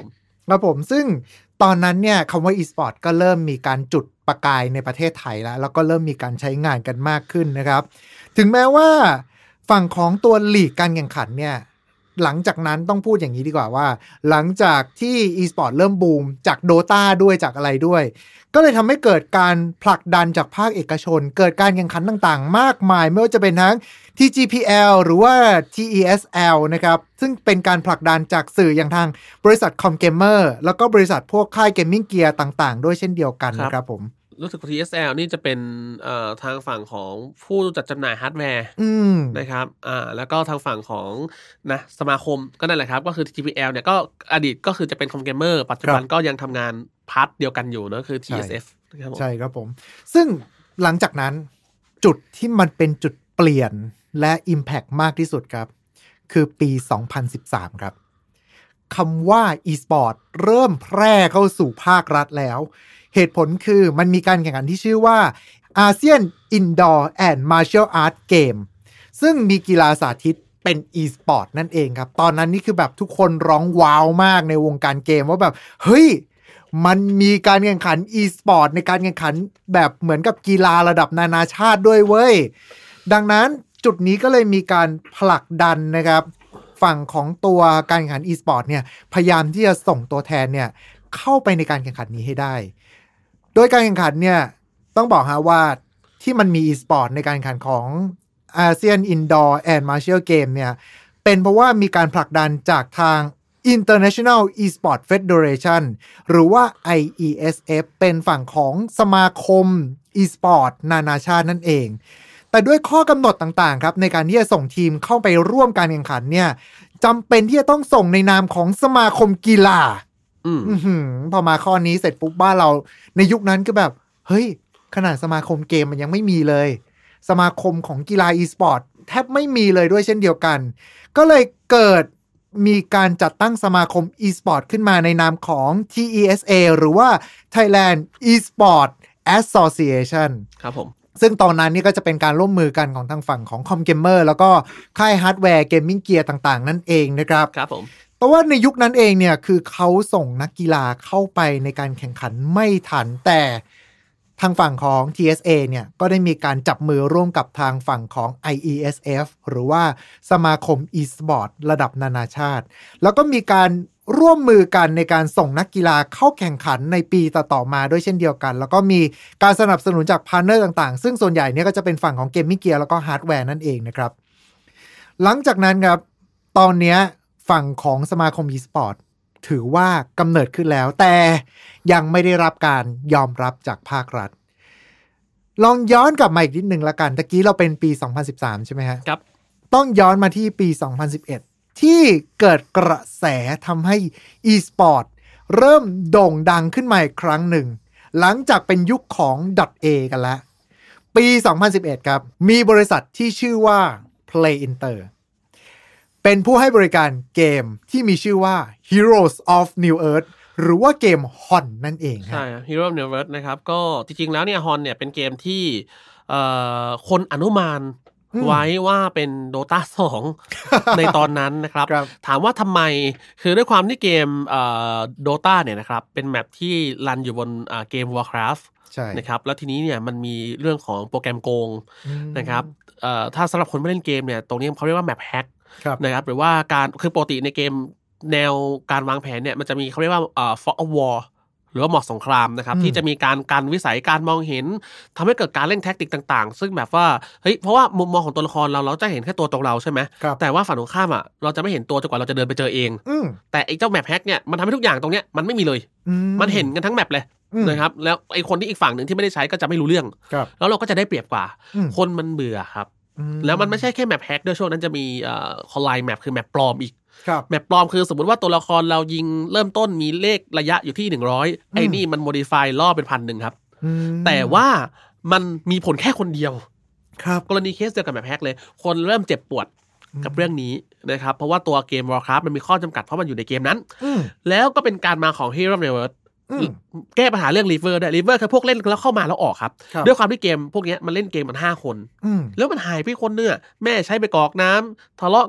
ครับผมซึ่งตอนนั้นเนี่ยคำว่า e-sport ก็เริ่มมีการจุดประกายในประเทศไทยแล้วแล้วก็เริ่มมีการใช้งานกันมากขึ้นนะครับถึงแม้ว่าฝั่งของตัวลีกการแข่งขันเนี่ยหลังจากนั้นต้องพูดอย่างนี้ดีกว่าว่าหลังจากที่ e-sport เริ่มบูมจาก Dota ด้วยจากอะไรด้วยก็เลยทำให้เกิดการผลักดันจากภาคเอกชนเกิดการแข่งขันต่างๆมากมายไม่ว่าจะเป็นทั้ง ที จี พี แอล หรือว่า ที อี เอส แอล นะครับซึ่งเป็นการผลักดันจากสื่ออย่างทางบริษัท Comgamer แล้วก็บริษัทพวกค่ายเกมมิ่งเกียร์ต่างๆด้วยเช่นเดียวกันนะครับผมรู้สึก ที เอส แอล นี่จะเป็นเอ่อทางฝั่งของผู้จัดจำหน่ายฮาร์ดแวร์นะครับอ่าแล้วก็ทางฝั่งของนะสมาคมก็นั่นแหละครับก็คือ ที จี พี แอล เนี่ยก็อดีตก็คือจะเป็น Comgamer ปัจจุบันก็ยังทำงานพาร์ทเดียวกันอยู่นะคือ ที เอส เอฟ นะครับผมใช่ครับผมซึ่งหลังจากนั้นจุดที่มันเป็นจุดเปลี่ยนและ Impact มากที่สุดครับคือปีสองพันสิบสามครับคำว่า e-sport เริ่มแพร่เข้าสู่ภาครัฐแล้วเหตุผลคือมันมีการแข่งขันที่ชื่อว่า ASEAN Indoor and Martial Arts Game ซึ่งมีกีฬาสาธิตเป็น e-sport นั่นเองครับตอนนั้นนี่คือแบบทุกคนร้องว้าวมากในวงการเกมว่าแบบเฮ้ยมันมีการแข่งขัน e-sport ในการแข่งขันแบบเหมือนกับกีฬาระดับนานาชาติด้วยเว้ยดังนั้นจุดนี้ก็เลยมีการผลักดันนะครับฝั่งของตัวการแข่งขัน e-sport เนี่ยพยายามที่จะส่งตัวแทนเนี่ยเข้าไปในการแข่งขันนี้ให้ได้โดยการแข่งขันเนี่ยต้องบอกฮะว่าที่มันมี e-sport ในการแข่งขันของ ASEAN Indoor and Martial Game เนี่ยเป็นเพราะว่ามีการผลักดันจากทาง International e-sport Federation หรือว่า ไอ อี เอส เอฟ เป็นฝั่งของสมาคม e-sport นานาชาตินั่นเองแต่ด้วยข้อกำหนดต่างๆครับในการที่จะส่งทีมเข้าไปร่วมการแข่งขันเนี่ยจำเป็นที่จะต้องส่งในนามของสมาคมกีฬาอืมพอมาข้อนี้เสร็จปุ๊บบ้านเราในยุคนั้นก็แบบเฮ้ยขนาดสมาคมเกมมันยังไม่มีเลยสมาคมของกีฬา e-sport แทบไม่มีเลยด้วยเช่นเดียวกันก็เลยเกิดมีการจัดตั้งสมาคม e-sport ขึ้นมาในนามของ ที อี เอส เอ หรือว่า Thailand e-sport Association ครับผมซึ่งตอนนั้นนี่ก็จะเป็นการร่วมมือกันของทางฝั่งของ Comgamer แล้วก็ค่ายฮาร์ดแวร์เกมมิ่งเกียร์ต่างๆนั่นเองนะครับครับผมแต่ว่าในยุคนั้นเองเนี่ยคือเขาส่งนักกีฬาเข้าไปในการแข่งขันไม่ทันแต่ทางฝั่งของ ที เอส เอ เนี่ยก็ได้มีการจับมือร่วมกับทางฝั่งของ ไอ อี เอส เอฟ หรือว่าสมาคม e-sport ระดับนานาชาติแล้วก็มีการร่วมมือกันในการส่งนักกีฬาเข้าแข่งขันในปีต่อๆมาด้วยเช่นเดียวกันแล้วก็มีการสนับสนุนจากพาร์ทเนอร์ต่างๆซึ่งส่วนใหญ่เนี่ยก็จะเป็นฝั่งของเกมมิ่งเกียร์แล้วก็ฮาร์ดแวร์นั่นเองนะครับหลังจากนั้นครับตอนนี้ฝั่งของสมาคม e-sport ถือว่ากำเนิดขึ้นแล้วแต่ยังไม่ได้รับการยอมรับจากภาครัฐลองย้อนกลับมาอีกนิดนึงละกันตะกี้เราเป็นปีสองพันสิบสามใช่ไหมฮะครับต้องย้อนมาที่ปีสองพันสิบเอ็ดที่เกิดกระแสทำให้ e-sport เริ่มโด่งดังขึ้นมาอีกครั้งหนึ่งหลังจากเป็นยุคของ .A กันแล้วปีสองพันสิบเอ็ดครับมีบริษัทที่ชื่อว่า Play Inter เป็นผู้ให้บริการเกมที่มีชื่อว่า Heroes of New Earth หรือว่าเกม ฮอน นั่นเองใช่ Heroes of New Earth นะครับก็จริงๆแล้วเนี่ย ฮอน เนี่ยเป็นเกมที่คนอนุมานไว้ว่าเป็น Dota สอง ในตอนนั้นนะครับ ถามว่าทำไมคือด้วยความที่เกมเอ่อ Dota เนี่ยนะครับเป็นแมปที่รันอยู่บนเกม Warcraft นะครับแล้วทีนี้เนี่ยมันมีเรื่องของโปรแกรมโกงนะครับถ้าสำหรับคนไม่เล่นเกมเนี่ยตรงนี้เขาเรียกว่าแมปแฮกนะครับหรือว่าการคือปกติในเกมแนวการวางแผนเนี่ยมันจะมีเขาเรียกว่าเอ่อ Fog of War หรือว่าหมอกสงครามนะครับที่จะมีการกันวิสัยการมองเห็นทำให้เกิดการเล่นแท็กติกต่างๆซึ่งแบบว่าเฮ้ยเพราะว่ามุมมองของตัวละครเราเราจะเห็นแค่ตัวตรงเราใช่ไหมแต่ว่าฝั่งตรงข้ามอ่ะเราจะไม่เห็นตัวจนกว่าเราจะเดินไปเจอเองแต่ไอ้เจ้าแมปแฮกเนี่ยมันทำให้ทุกอย่างตรงเนี้ยมันไม่มีเลยมันเห็นกันทั้งแมปเลยนะครับแล้วไอ้คนที่อีกฝั่งหนึ่งที่ไม่ได้ใช้ก็จะไม่รู้เรื่องแล้วเราก็จะได้เปรียบกว่าคนมันเบื่อครับแล้วมันไม่ใช่แค่แมปแฮกด้วยช่วงนั้นจะมีเอ่อคอลไลน์แมปคือแมปปลอมอีกแมปปลอมคือสมมุติว่าตัวละครเรายิงเริ่มต้นมีเลขระยะอยู่ที่หนึ่งร้อยไอ้นี่มันโมดิฟายล่อเป็น หนึ่งพัน หนึ่งครับแต่ว่ามันมีผลแค่คนเดียวครับกรณีเคสเดียวกับแมปแฮกเลยคนเริ่มเจ็บปวดกับเรื่องนี้นะครับเพราะว่าตัวเกม Warcraft มันมีข้อจำกัดเพราะมันอยู่ในเกมนั้นแล้วก็เป็นการมาของ Heroes of New Earthแก้ปัญหาเรื่อง River ได้ River คือพวกเล่นแล้วเข้ามาแล้วออกครับด้วยความที่เกมพวกนี้มันเล่นเกมมันห้าคนแล้วมันหายไปคนนึงแม่ใช้ไปกรอกน้ำทะเลาะกับ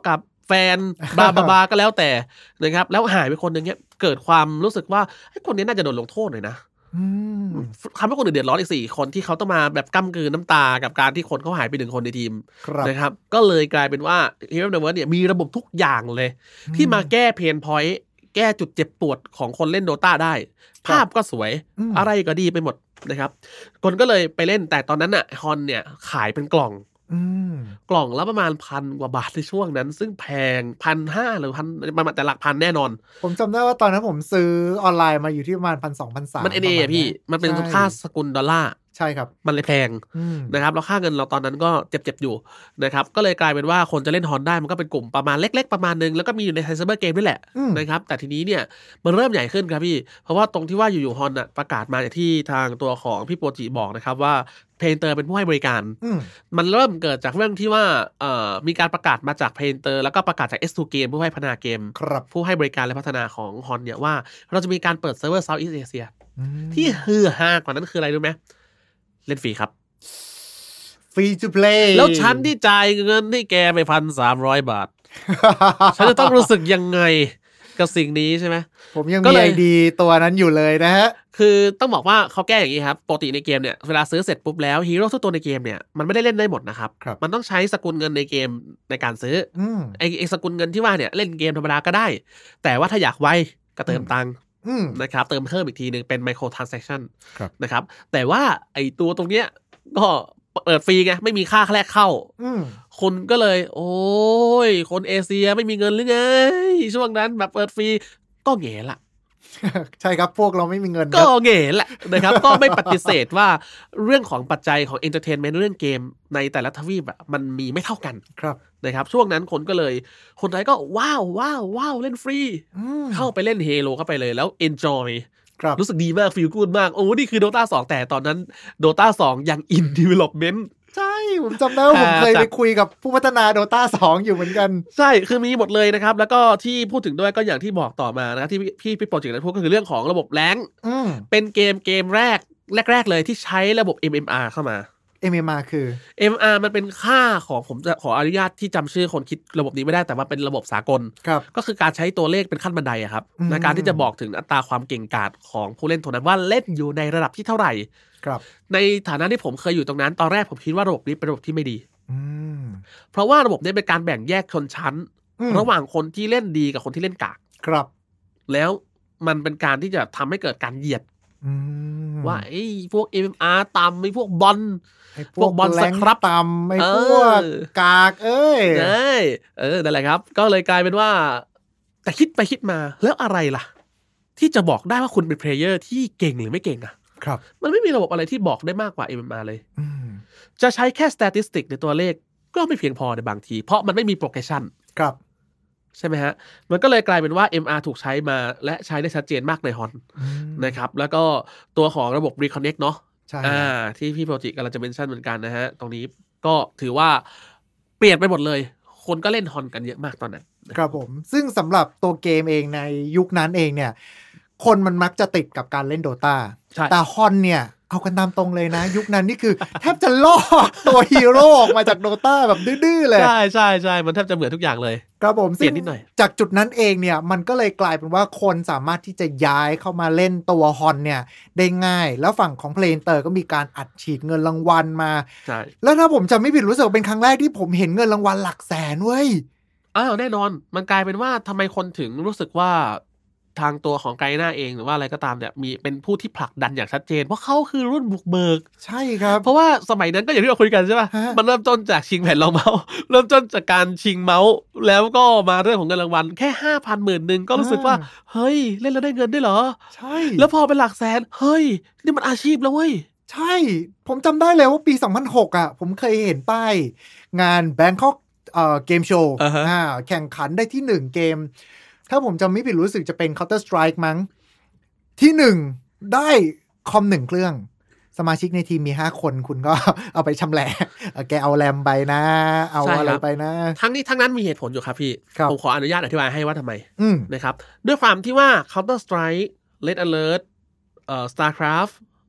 แฟนบาบาบาก็แล้วแต่นะครับแล้วหายไปคนนึงเนี้ยเกิดความรู้สึกว่าไอ้คนนี้น่าจะโดนลงโทษหน่อยนะทำให้คนอื่นเดือดร้อนอีกสี่คนที่เขาต้องมาแบบก้ำกลืนน้ำตากับการที่คนเขาหายไปหนึ่งคนในทีมนะครับก็เลยกลายเป็นว่า Hero of the World เนี่ยมีระบบทุกอย่างเลยที่มาแก้เพนพอยต์แก้จุดเจ็บปวดของคนเล่น Dota ได้ภาพก็สวยอะไรก็ดีไปหมดนะครับคนก็เลยไปเล่นแต่ตอนนั้นน่ะฮอนเนี่ยขายเป็นกล่องกล่องละประมาณพันกว่าบาทในช่วงนั้นซึ่งแพงพันห้าหรือพันประมาณแต่หลักพันแน่นอนผมจำได้ว่าตอนนั้นผมซื้อออนไลน์มาอยู่ที่ประมาณพันสองพันสามมันเอเอพี่มันเป็นค่าสกุลดอลลาร์ใช่ครับมันเลยแพงนะครับแล้วค่าเงินเราตอนนั้นก็เจ็บๆอยู่นะครับก็เลยกลายเป็นว่าคนจะเล่นฮอนได้มันก็เป็นกลุ่มประมาณเล็กๆประมาณนึงแล้วก็มีอยู่ในไซเบอร์เกมด้วยแหละนะครับแต่ทีนี้เนี่ยมันเริ่มใหญ่ขึ้นครับพี่เพราะว่าตรงที่ว่าอยู่ๆฮอนน่ะประกาศมาจากที่ทางตัวของพี่โปจิบอกนะครับว่าเพนเตอร์เป็นผู้ให้บริการมันเริ่มเกิดจากเรื่องที่ว่าเอ่อมีการประกาศมาจากเพนเตอร์แล้วก็ประกาศจาก เอส ทู Game ผู้ให้พัฒนาเกมผู้ให้บริการและพัฒนาของฮอนเนี่ยว่าเราจะมีการเปิดเซิร์ฟเวอร์เซาท์อีสต์เอเชียที่ฮือฮากว่านั้นคืออะไรรู้ไหมเล่นฟรีครับฟรีทูเพลย์แล้วฉันที่จ่ายเงินให้แกไปพันสามร้อยบาท ฉันจะต้องรู้สึกยังไงกับสิ่งนี้ใช่ไหมผมยังมีไอดีตัวนั้นอยู่เลยนะฮะคือต้องบอกว่าเขาแก้อย่างนี้ครับปกติในเกมเนี่ยเวลาซื้อเสร็จปุ๊บแล้วฮีโร่ทุกตัวในเกมเนี่ยมันไม่ได้เล่นได้หมดนะครับมันต้องใช้สกุลเงินในเกมในการซื้อไอ้ไอ้สกุลเงินที่ว่าเนี่ยเล่นเกมธรรมดาก็ได้แต่ว่าถ้าอยากไวก็เติมตังค์นะครับเติมเพิ่มอีกทีนึงเป็น micro transaction นะครับแต่ว่าไอ้ตัวตรงเนี้ยก็เปิดฟรีไงไม่มีค่าแรกเข้าคนก็เลยโอ้ยคนเอเชียไม่มีเงินหรือไงช่วงนั้นแบบเปิดฟรีก็แง่ละใช่ครับพวกเราไม่มีเงินก็แง่แหละนะครับก็ไม่ปฏิเสธว่าเรื่องของปัจจัยของ entertainment เรื่องเกมในแต่ละทวีปอ่ะมันมีไม่เท่ากันครับนะครับช่วงนั้นคนก็เลยคนไทยก็ว้าวว้าวว้าวเล่นฟรีเข้าไปเล่น Halo เข้าไปเลยแล้ว enjoy รู้สึกดีมากฟีลกู๊ดมากโอ้นี่คือ Dota สองแต่ตอนนั้น Dota สองยัง in development ใช่ผมจำได้ว่าผมเคยไปคุยกับผู้พัฒนา Dota สองอยู่เหมือนกันใช่คือมีหมดเลยนะครับแล้วก็ที่พูดถึงด้วยก็อย่างที่บอกต่อมานะครับที่พี่พี่โปรเจกต์นั้นพูดก็คือเรื่องของระบบแรงค์เป็นเกมเกมแรกแรกๆเลยที่ใช้ระบบ เอ็ม เอ็ม อาร์ เข้ามาเอ็ม เอ็ม อาร์ คือเอ็ม อาร์ มันเป็นค่าของผมจะขออนุญาตที่จำชื่อคนคิดระบบนี้ไม่ได้แต่ว่าเป็นระบบสากลก็คือการใช้ตัวเลขเป็นขั้นบันไดอะครับในการที่จะบอกถึงอัตราความเก่งกาจของผู้เล่นตัวนั้นว่าเล่นอยู่ในระดับที่เท่าไหร่ในฐานะที่ผมเคยอยู่ตรงนั้นตอนแรกผมคิดว่าระบบนี้เป็นระบบที่ไม่ดีเพราะว่าระบบนี้เป็นการแบ่งแยกชนชั้นระหว่างคนที่เล่นดีกับคนที่เล่นกากครับแล้วมันเป็นการที่จะทำให้เกิดการเหยียดว่าไอ้พวก เอ็ม เอ็ม อาร์ ต่ำไอ้พวกบอลพวกบอลสครับต่ำไอ้พวกกากเอ้ยเอ้ยเออนั่นแหละครับก็เลยกลายเป็นว่าแต่คิดไปคิดมาแล้วอะไรล่ะที่จะบอกได้ว่าคุณเป็นเพลเยอร์ที่เก่งหรือไม่เก่งอ่ะครับมันไม่มีระบบอะไรที่บอกได้มากกว่า เอ็ม เอ็ม อาร์ เลยจะใช้แค่ statistic ในตัวเลขก็ไม่เพียงพอในบางทีเพราะมันไม่มี progression ครับใช่ไหมฮะมันก็เลยกลายเป็นว่า เอ็ม อาร์ ถูกใช้มาและใช้ได้ชัดเจนมากในฮอนนะครับแล้วก็ตัวของระบบ reconnect เนาะอ่าที่พี่โปรจิกำลังจะเมนชั่นเหมือนกันนะฮะตรงนี้ก็ถือว่าเปลี่ยนไปหมดเลยคนก็เล่นฮอนกันเยอะมากตอนนั้นครับผมซึ่งสำหรับตัวเกมเองในยุคนั้นเองเนี่ยคนมันมักจะติดกับการเล่น Dota แต่ฮอนเนี่ยเอากันตามตรงเลยนะยุคนั้นนี่คือแทบจะลอกตัวฮีโร่ออกมาจาก Dota แบบดื้อๆเลยใช่ใช่ใช่มันแทบจะเหมือนทุกอย่างเลยครับผมเปลี่ยนนิดหน่อยจากจุดนั้นเองเนี่ยมันก็เลยกลายเป็นว่าคนสามารถที่จะย้ายเข้ามาเล่นตัวฮอนเนี่ยได้ง่ายแล้วฝั่งของเพลนเตอร์ก็มีการอัดฉีดเงินรางวัลมาใช่แล้วถ้าผมจำไม่ผิดรู้สึกเป็นครั้งแรกที่ผมเห็นเงินรางวัลหลักแสนเว้ยอ้าวแน่นอนมันกลายเป็นว่าทำไมคนถึงรู้สึกว่าทางตัวของไกน่าเองหรือว่าอะไรก็ตามเนี่ยมีเป็นผู้ที่ผลักดันอย่างชัดเจนเพราะเขาคือรุ่นบุกเบิกใช่ครับเพราะว่าสมัยนั้นก็อย่างที่เราคุยกันใช่ป่ะมันเริ่มต้นจากชิงแผ่นรองเมาส์เริ่มต้นจากการชิงเมาส์แล้วก็มาเรื่องของเงินรางวัลแค่ ห้าพัน หมื่นนึงก็รู้สึกว่าเฮ้ยเล่นแล้วได้เงินได้เหรอใช่แล้วพอเป็นหลักแสนเฮ้ยนี่มันอาชีพแล้วเว้ยใช่ผมจำได้เลยว่าปีสองพันหกอ่ะผมเคยเห็นป้ายงาน Bangkok เอ่อเกมโชว์อ่าแข่งขันได้ที่หนึ่งเกมถ้าผมจำไม่ผิดรู้สึกจะเป็น Counter Strike มั้งที่หนึ่งได้คอมหนึ่งเครื่องสมาชิกในทีมมีห้าคนคุณก็เอาไปชำแหละแกเอาแรมไปนะเอาอะไรไปนะทั้งนี้ทั้งนั้นมีเหตุผลอยู่ครับพี่ผมขออนุญาตอธิบายให้ว่าทำไมนะครับด้วยความที่ว่า Counter Strike Red Alert เอ่อ StarCraft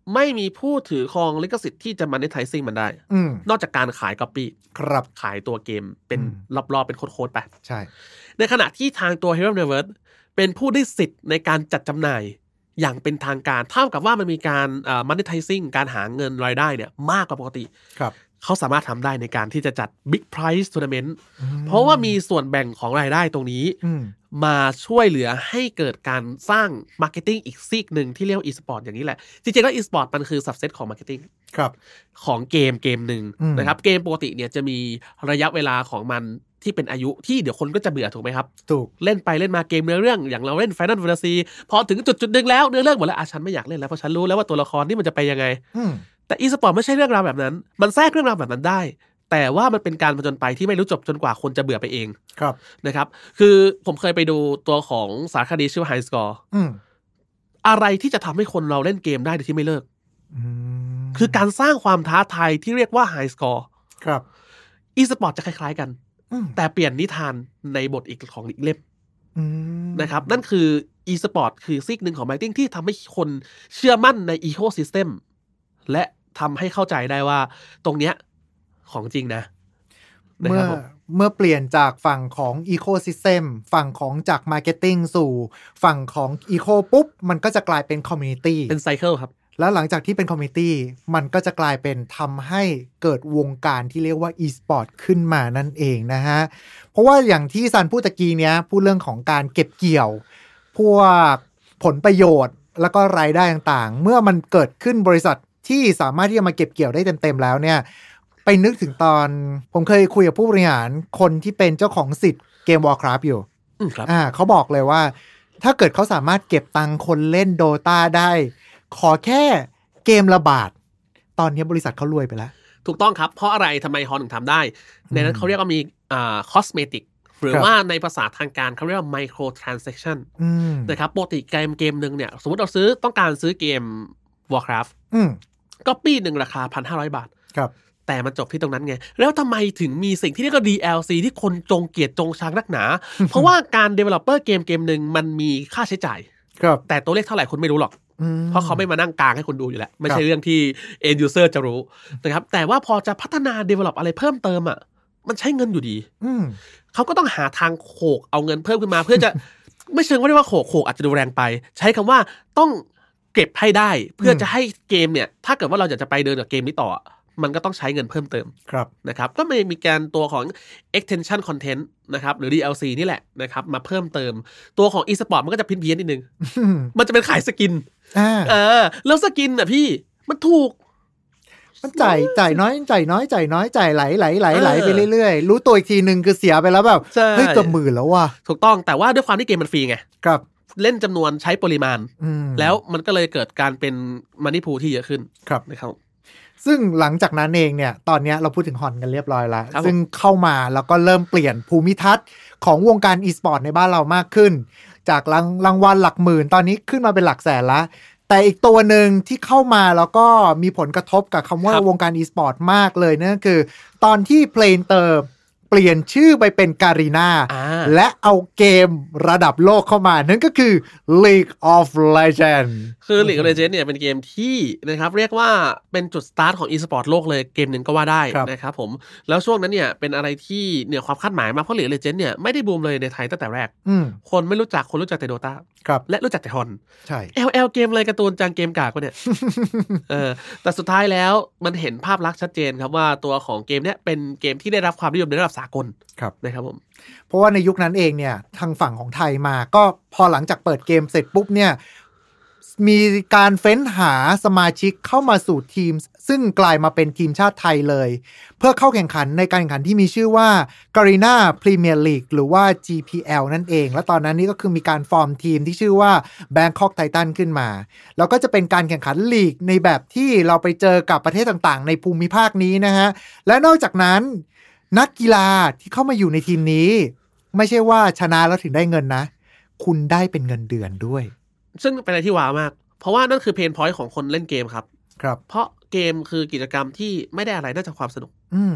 ไม่มีผู้ถือครองลิขสิทธิ์ที่จะ monetizing มันได้นอกจากการขาย copy ครับขายตัวเกมเป็นรอบๆเป็นโค้ดๆไปใช่ในขณะที่ทางตัว Hello Neighbors เป็นผู้ได้สิทธิ์ในการจัดจำหน่ายอย่างเป็นทางการเท่ากับว่ามันมีการเอ่อ monetizing การหาเงินรายได้เนี่ยมากกว่าปกติครับเขาสามารถทำได้ในการที่จะจัด Big Prize Tournament เพราะว่ามีส่วนแบ่งของรายได้ตรงนี้มาช่วยเหลือให้เกิดการสร้าง Marketing อีกซีกหนึ่งที่เรียกว่า e-sport อย่างนี้แหละจริงๆแล้ว e-sport มันคือ subset ของ Marketing ครับของเกมเกมหนึ่งนะครับเกมปกติเนี่ยจะมีระยะเวลาของมันที่เป็นอายุที่เดี๋ยวคนก็จะเบื่อถูกไหมครับถูกเล่นไปเล่นมาเกมเนื้อเรื่องอย่างเราเล่น Final Fantasy พอถึงจุดจุดนึงแล้วเนื้อเรื่องหมดแล้วอ่ะฉันไม่อยากเล่นแล้วเพราะฉันรู้แล้วว่าตัวละครนี่มันจะไปยังไงแต่ e-sport ไม่ใช่เรื่องราวแบบนั้นมันแทรกเรื่องราวแบบนั้นได้แต่ว่ามันเป็นการผจญไปที่ไม่รู้จบจนกว่าคนจะเบื่อไปเองครับนะครับคือผมเคยไปดูตัวของสารคดีชื่อว่า High Score อะไรที่จะทำให้คนเราเล่นเกมได้โดยที่ไม่เลิกคือการสร้างความท้าทายที่เรียกว่า High Score ครับ e-sport จะคล้ายๆกันแต่เปลี่ยนนิทานในบทอีกของอีกเล่มนะครับนั่นคือ e-sport คือซีกหนึ่งของ marketing ที่ทำให้คนเชื่อมั่นใน ecosystem และทำให้เข้าใจได้ว่าตรงเนี้ยของจริงนะเมื่อเมื่อเปลี่ยนจากฝั่งของ ecosystem ฝั่งของจาก marketing สู่ฝั่งของ eco ปุ๊บมันก็จะกลายเป็น community เป็น cycle ครับแล้วหลังจากที่เป็น community มันก็จะกลายเป็นทำให้เกิดวงการที่เรียกว่า e-sport ขึ้นมานั่นเองนะฮะเพราะว่าอย่างที่ซันพูดตะกี้เนี้ยพูดเรื่องของการเก็บเกี่ยวพวกผลประโยชน์แล้วก็รายได้ต่างๆเมื่อมันเกิดขึ้นบริษัทที่สามารถที่จะมาเก็บเกี่ยวได้เต็มๆแล้วเนี่ยไปนึกถึงตอนผมเคยคุยกับผู้บริหารคนที่เป็นเจ้าของสิทธิ์เกม Warcraft อยู่อ่าเขาบอกเลยว่าถ้าเกิดเขาสามารถเก็บตังค์คนเล่น Dota ได้ขอแค่เกมระบาดตอนนี้บริษัทเขารวยไปแล้วถูกต้องครับเพราะอะไรทำไมฮอนถึงทำได้ในนั้นเขาเรียกว่ามีอ่า cosmetic หรือว่าในภาษาทางการเขาเรียกว่า micro transaction นะครับปกติเกมเกมนึงเนี่ยสมมติเราซื้อต้องการซื้อเกม Warcraft ก็ปีหนึ่งราคา หนึ่งพันห้าร้อย บาทครับแต่มันจบที่ตรงนั้นไงแล้วทำไมถึงมีสิ่งที่เรียกว่า ดี แอล ซี ที่คนจงเกลียดจงชังนักหนา เพราะว่าการ developer เกมเกมนึงมันมีค่าใช้จ่ายครับแต่ตัวเลขเท่าไหร่คุณไม่รู้หรอกเพราะเขาไม่มานั่งกลางให้คนดูอยู่แล้วไม่ใช่เรื่องที่ end user จะรู้นะครับแต่ว่าพอจะพัฒนา develop อะไรเพิ่มเติมอ่ะมันใช้เงินอยู่ดีเขาก็ต้องหาทางโขกเอาเงินเพิ่มขึ้นมาเพื่อจะ ไม่เชิงว่าเรียกว่าโขกโขกอาจจะดูแรงไปใช้คำว่าต้องเก็บให้ได้เพื่อจะให้เกมเนี่ยถ้าเกิดว่าเราอยากจะไปเดินกับเกมนี้ต่อมันก็ต้องใช้เงินเพิ่มเติมนะครับก็มีมีการตัวของ extension content นะครับหรือ ดี แอล ซี นี่แหละนะครับมาเพิ่มเติมตัวของ e-sport มันก็จะพินเพี้ยนนิดนึง มันจะเป็นขายสกินเออแล้วสกินอ่ะพี่มันถูกมันจ่ายจ่ายน้อยจ่ายน้อยจ่ายน้อยจ่ายไหลไหลไหลไหลไปเรื่อยๆรู้ตัวอีกทีนึงคือเสียไปแล้วแบบเฮ้ยเกือบหมื่นแล้วว่ะถูกต้องแต่ว่าด้วยความที่เกมมันฟรีไงครับเล่นจำนวนใช้ปริมาณแล้วมันก็เลยเกิดการเป็นมันนี่พูที่เยอะขึ้นนะครับซึ่งหลังจากนั้นเองเนี่ยตอนนี้เราพูดถึงฮอนกันเรียบร้อยแล้วซึ่งเข้ามาแล้วก็เริ่มเปลี่ยนภูมิทัศน์ของวงการ e-sport ในบ้านเรามากขึ้นจากรางรางวัลหลักหมื่นตอนนี้ขึ้นมาเป็นหลักแสนละแต่อีกตัวหนึ่งที่เข้ามาแล้วก็มีผลกระทบกับคำว่าวงการ e-sport มากเลยนั่นคือตอนที่ Playinter เปลี่ยนชื่อไปเป็น Garena และเอาเกมระดับโลกเข้ามานั่นก็คือ League of Legends คือ League of Legends เนี่ยเป็นเกมที่นะครับเรียกว่าเป็นจุดสตาร์ทของ e-sport โลกเลยเกมหนึ่งก็ว่าได้นะครับผมแล้วช่วงนั้นเนี่ยเป็นอะไรที่เหนือความคาดหมายมากเพราะ League of Legends เนี่ยไม่ได้บูมเลยในไทยตั้งแต่แรกคนไม่รู้จักคนรู้จักแต่ Dota และรู้จักแต่ฮอนใช่แอล แอล เกมอะไรการ์ตูนจังเกมกากกว่าเนี่ย เออแต่สุดท้ายแล้วมันเห็นภาพลักษณ์ชัดเจนครับว่าตัวของเกมเนี้ยเป็นเกมที่ได้รับความนิยมในระดับสากลครับนะครับผมเพราะว่าในยุคนั้นเองเนี่ยทางฝั่งของไทยมาก็พอหลังจากเปิดเกมเสร็จปุ๊บเนี่ยมีการเฟ้นหาสมาชิกเข้ามาสู่ทีมซึ่งกลายมาเป็นทีมชาติไทยเลยเพื่อเข้าแข่งขันในการแข่งขันที่มีชื่อว่า Garena Premier League หรือว่า จี พี แอล นั่นเองและตอนนั้นนี่ก็คือมีการฟอร์มทีมที่ชื่อว่า Bangkok Titan ขึ้นมาแล้วก็จะเป็นการแข่งขันลีกในแบบที่เราไปเจอกับประเทศต่างๆในภูมิภาคนี้นะฮะและนอกจากนั้นนักกีฬาที่เข้ามาอยู่ในทีมนี้ไม่ใช่ว่าชนะแล้วถึงได้เงินนะคุณได้เป็นเงินเดือนด้วยซึ่งเป็นอะไรที่ว้าวมากเพราะว่านั่นคือเพนพอยต์ของคนเล่นเกมครับครับเพราะเกมคือกิจกรรมที่ไม่ได้อะไรนอกจากความสนุก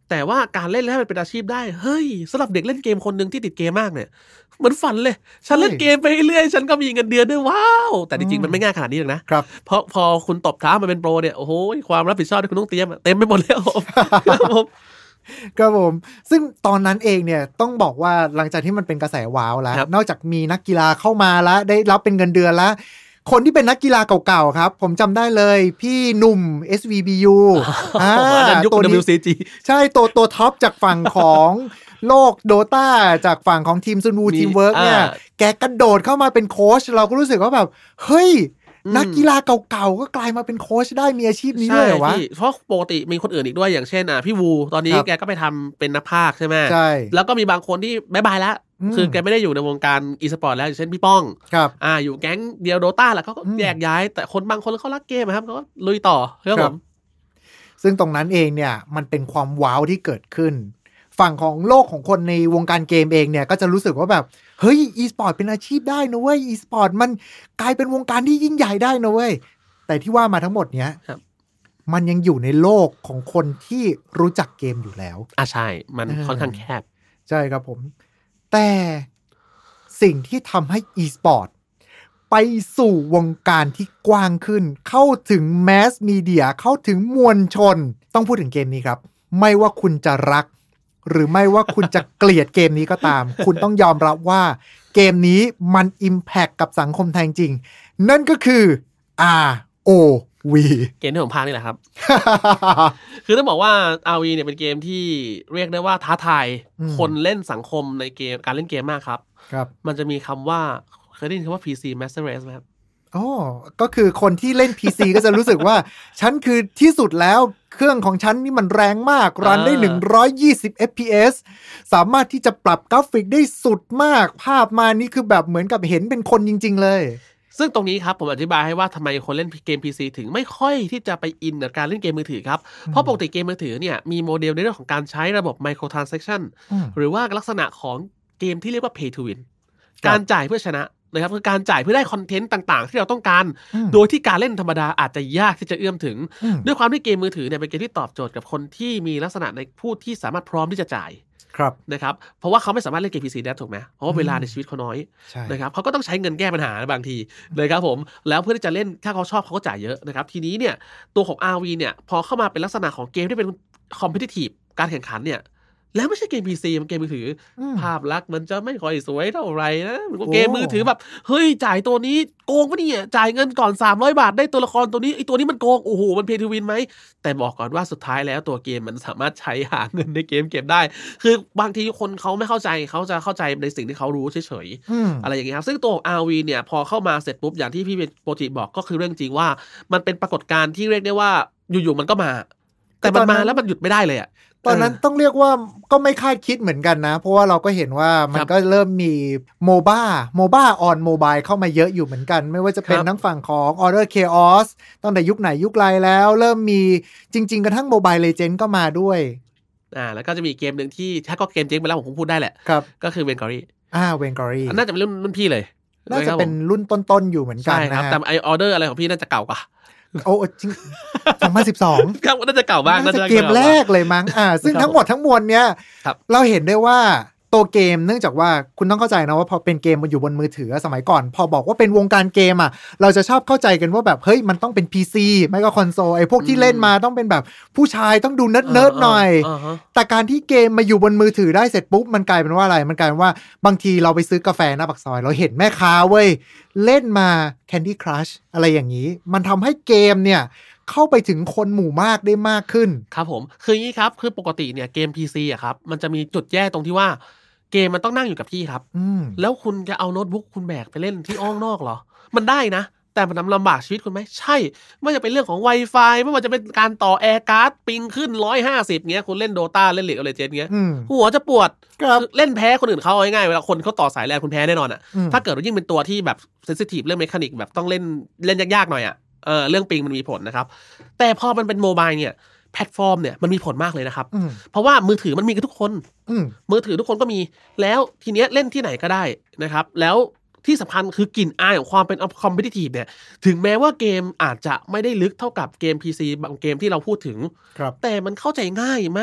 แต่ว่าการเล่นแล้วให้มันเป็นอาชีพได้เฮ้ยสำหรับเด็กเล่นเกมคนนึงที่ติดเกมมากเนี่ยเหมือนฝันเลยฉันเล่นเกมไปเรื่อยฉันก็มีเงินเดือนด้วยว้าวแต่จริงๆมันไม่ง่ายขนาดนี้หรอกนะครับเพราะพอคุณตบเท้ามาเป็นโปรเนี่ยโอ้โหความรับผิดชอบที่คุณต้องเตรียมเต็มไปหมดแล้วครับผมครับผมซึ่งตอนนั้นเองเนี่ยต้องบอกว่าหลังจากที่มันเป็นกระแสว้าวแล้วนอกจากมีนักกีฬาเข้ามาแล้วได้รับเป็นเงินเดือนแล้วคนที่เป็นนักกีฬาเก่าๆครับผมจำได้เลยพี่หนุ่ม เอส วี บี ยูอ่ายุค ดับเบิลยู ซี จีใช่ตัวตัวท็อปจากฝั่งของโลกโดตาจากฝั่งของทีมซุนวูทีมเวิร์กเนี่ยแกกระโดดเข้ามาเป็นโค้ชเราก็รู้สึกว่าแบบเฮ้ยนักกีฬาเก่าๆก็กลายมาเป็นโค้ชได้มีอาชีพนี้ด้วยเหรอวะเพราะปกติมีคนอื่นอีกด้วยอย่างเช่นอ่ะพี่วูตอนนี้แกก็ไปทำเป็นนักพากย์ใช่ไหมใช่แล้วก็มีบางคนที่บายบายแล้วคือแกไม่ได้อยู่ในวงการอีสปอร์ตแล้วอย่างเช่นพี่ป้องครับอ่าอยู่แก๊งเดียวโดต้าแหละเขาก็แยกย้ายแต่คนบางคนเขารักเกมครับเขาก็ลุยต่อครับผมซึ่งตรงนั้นเองเนี่ยมันเป็นความว้าวที่เกิดขึ้นฝั่งของโลกของคนในวงการเกมเองเนี่ยก็จะรู้สึกว่าแบบเฮ้ยอีสปอร์ตเป็นอาชีพได้นะเว้ยอีสปอร์ตมันกลายเป็นวงการที่ยิ่งใหญ่ได้นะเว้ยแต่ที่ว่ามาทั้งหมดเนี้ยมันยังอยู่ในโลกของคนที่รู้จักเกมอยู่แล้วอ่ะใช่มันค่อนข้างแคบใช่ครับผมแต่สิ่งที่ทำให้ e-sport ไปสู่วงการที่กว้างขึ้นเข้าถึงแมสมีเดียเข้าถึงมวลชนต้องพูดถึงเกมนี้ครับไม่ว่าคุณจะรักหรือไม่ว่าคุณจะเกลียดเกมนี้ก็ตาม คุณต้องยอมรับว่าเกมนี้มัน impact กับสังคมไทยจริงนั่นก็คือ อาร์ โอ วีเกมที่ผมพากนี่แหละครับ คือต้องบอกว่า อาร์ วี เนี่ยเป็นเกมที่เรียกได้ว่าท้าทายคนเล่นสังคมในเกมการเล่นเกมมากครับครับมันจะมีคำว่าเคยได้ยินคำว่า พี ซี Master Race ไหมครับอ๋อก็คือคนที่เล่น พี ซี ก็จะรู้สึกว่าฉันคือที่สุดแล้วเครื่องของฉันนี่มันแรงมากรันได้หนึ่งร้อยยี่สิบ เอฟ พี เอส สามารถที่จะปรับกราฟิกได้สุดมากภาพมานี่คือแบบเหมือนกับเห็นเป็นคนจริงๆเลยซึ่งตรงนี้ครับผมอธิบายให้ว่าทำไมคนเล่นเกม พี ซี ถึงไม่ค่อยที่จะไปอินกับการเล่นเกมมือถือครับเพราะปกติเกมมือถือเนี่ยมีโมเดลในเรื่องของการใช้ระบบ microtransaction หรือว่าลักษณะของเกมที่เรียกว่า pay to win การจ่ายเพื่อชนะนะครับคือการจ่ายเพื่อได้คอนเทนต์ต่างๆที่เราต้องการโดยที่การเล่นธรรมดาอาจจะยากที่จะเอื้อมถึงด้วยความที่เกมมือถือเนี่ยเป็นเกมที่ตอบโจทย์กับคนที่มีลักษณะในผู้ที่สามารถพร้อมที่จะจ่ายนะครับเพราะว่าเขาไม่สามารถเล่นเกม พี ซี ได้ถูกไหมเพราะว่าเวลาในชีวิตเขาน้อยนะครับเขาก็ต้องใช้เงินแก้ปัญหาบางทีเลยครับผมแล้วเพื่อที่จะเล่นถ้าเขาชอบเขาก็จ่ายเยอะนะครับทีนี้เนี่ยตัวของ อาร์ วี เนี่ยพอเข้ามาเป็นลักษณะของเกมที่เป็นคอมเพทิทีฟการแข่งขันเนี่ยแล้วไม่ใช่เกม พี ซี มันเกมมือถือภาพลักษณ์มันจะไม่ค่อยสวยเท่าไหร่นะมันก็เกมมือถือแบบเฮ้ยจ่ายตัวนี้โกงปะเนี่ยจ่ายเงินก่อนสามร้อยบาทได้ตัวละครตัวนี้ไอ้ตัวนี้มันโกงโอ้โหมันเพย์ทูวินมั้ยแต่บอกก่อนว่าสุดท้ายแล้วตัวเกมมันสามารถใช้หาเงินในเกมเก็บได้คือบางทีคนเขาไม่เข้าใจเขาจะเข้าใจในสิ่งที่เขารู้เฉยๆอะไรอย่างเงี้ยครับซึ่งตัว อาร์ วี เนี่ยพอเข้ามาเสร็จปุ๊บอย่างที่พี่โปรจิบอกก็คือเรื่องจริงว่ามันเป็นปรากฏการณ์ที่เรียกได้ว่าอยู่ๆมันก็มาแต่มันมาแล้วมันหยุดไม่ได้เลยอ่ะตอนนั้นต้องเรียกว่าก็ไม่คาดคิดเหมือนกันนะเพราะว่าเราก็เห็นว่ามันก็เริ่มมีโมบ้าโมบ้าออนโมบายเข้ามาเยอะอยู่เหมือนกันไม่ว่าจะเป็นทั้งฝั่งของ Order Chaos ตั้งแต่ยุคไหนยุคไรแล้วเริ่มมีจริงๆกระทั่ง Mobile Legends ก็มาด้วยอ่าแล้วก็จะมีเกมนึงที่ถ้าก็เกมเจ๊งไปแล้วผมคงพูดได้แหละก็คือ Vanguard อ่า Vanguard น่าจะเป็นรุ่นรุ่นพี่เลยน่าจะเป็นรุ่นต้นๆอยู่เหมือนกันนะใช่ครับแต่ไอ Order อะไรของพี่น่าจะเก่ากว่าโอ้จริงสองพันสิบสองครับน่าจะเก่าบ้างน่าจะเกมแรกเลยมั้งอ่าซึ่งทั้งหมดทั้งมวลเนี้ยเราเห็นได้ว่าตัวเกมเนื่องจากว่าคุณต้องเข้าใจนะว่าพอเป็นเกมมันอยู่บนมือถือสมัยก่อนพอบอกว่าเป็นวงการเกมอ่ะเราจะชอบเข้าใจกันว่าแบบเฮ้ยมันต้องเป็น พี ซี ไม่ก็คอนโซลไอ้พวกที่เล่นมาต้องเป็นแบบผู้ชายต้องดูเนิร์ดๆหน่อยแต่การที่เกมมาอยู่บนมือถือได้เสร็จปุ๊บมันกลายเป็นว่าอะไรมันกลายเป็นว่าบางทีเราไปซื้อกาแฟหน้าปากซอยเราเห็นแม่ค้าเว้ยเล่นมา Candy Crush อะไรอย่างนี้มันทำให้เกมเนี่ยเข้าไปถึงคนหมู่มากได้มากขึ้นครับผมคืออย่างนี้ครับคือปกติเนี่ยเกม พี ซี อ่ะครับมันจะมีจุดแย่ตรงที่ว่าเกมมันต้องนั่งอยู่กับที่ครับแล้วคุณจะเอาโน้ตบุ๊กคุณแบกไปเล่นที่อ้องนอกเหรอมันได้นะแต่มันลำบากชีวิตคุณไหมใช่ไม่ว่าจะเป็นเรื่องของ Wi-Fi ไม่ว่าจะเป็นการต่อแอร์การ์ดปิงขึ้นหนึ่งร้อยห้าสิบเงี้ยคุณเล่น Dota เล่น League of Legends เงี้ยหัวจะปวดเล่นแพ้คนอื่นเขาง่ายๆเวลาคนเขาต่อสายแลนคุณแพ้แน่นอนอ่ะถ้าเกิดว่ายิ่งเป็นตัวที่แบบเซนซิทีฟเรื่องเมคานิกแบบต้องเล่นเล่นยากๆหน่อยอ่ะเออเรื่องปิงมันมีผลนะครับแต่พอมันเป็นโมบายเนี่ยแพลตฟอร์มเนี่ยมันมีผลมากเลยนะครับเพราะว่ามือถือมันมีกันทุกคนมือถือทุกคนก็มีแล้วทีเนี้ยเล่นที่ไหนก็ได้นะครับแล้วที่สำคัญคือกลิ่นอายของความเป็นคอมเพทิทีฟเนี่ยถึงแม้ว่าเกมอาจจะไม่ได้ลึกเท่ากับเกม พี ซี บางเกมที่เราพูดถึงแต่มันเข้าใจง่ายมาก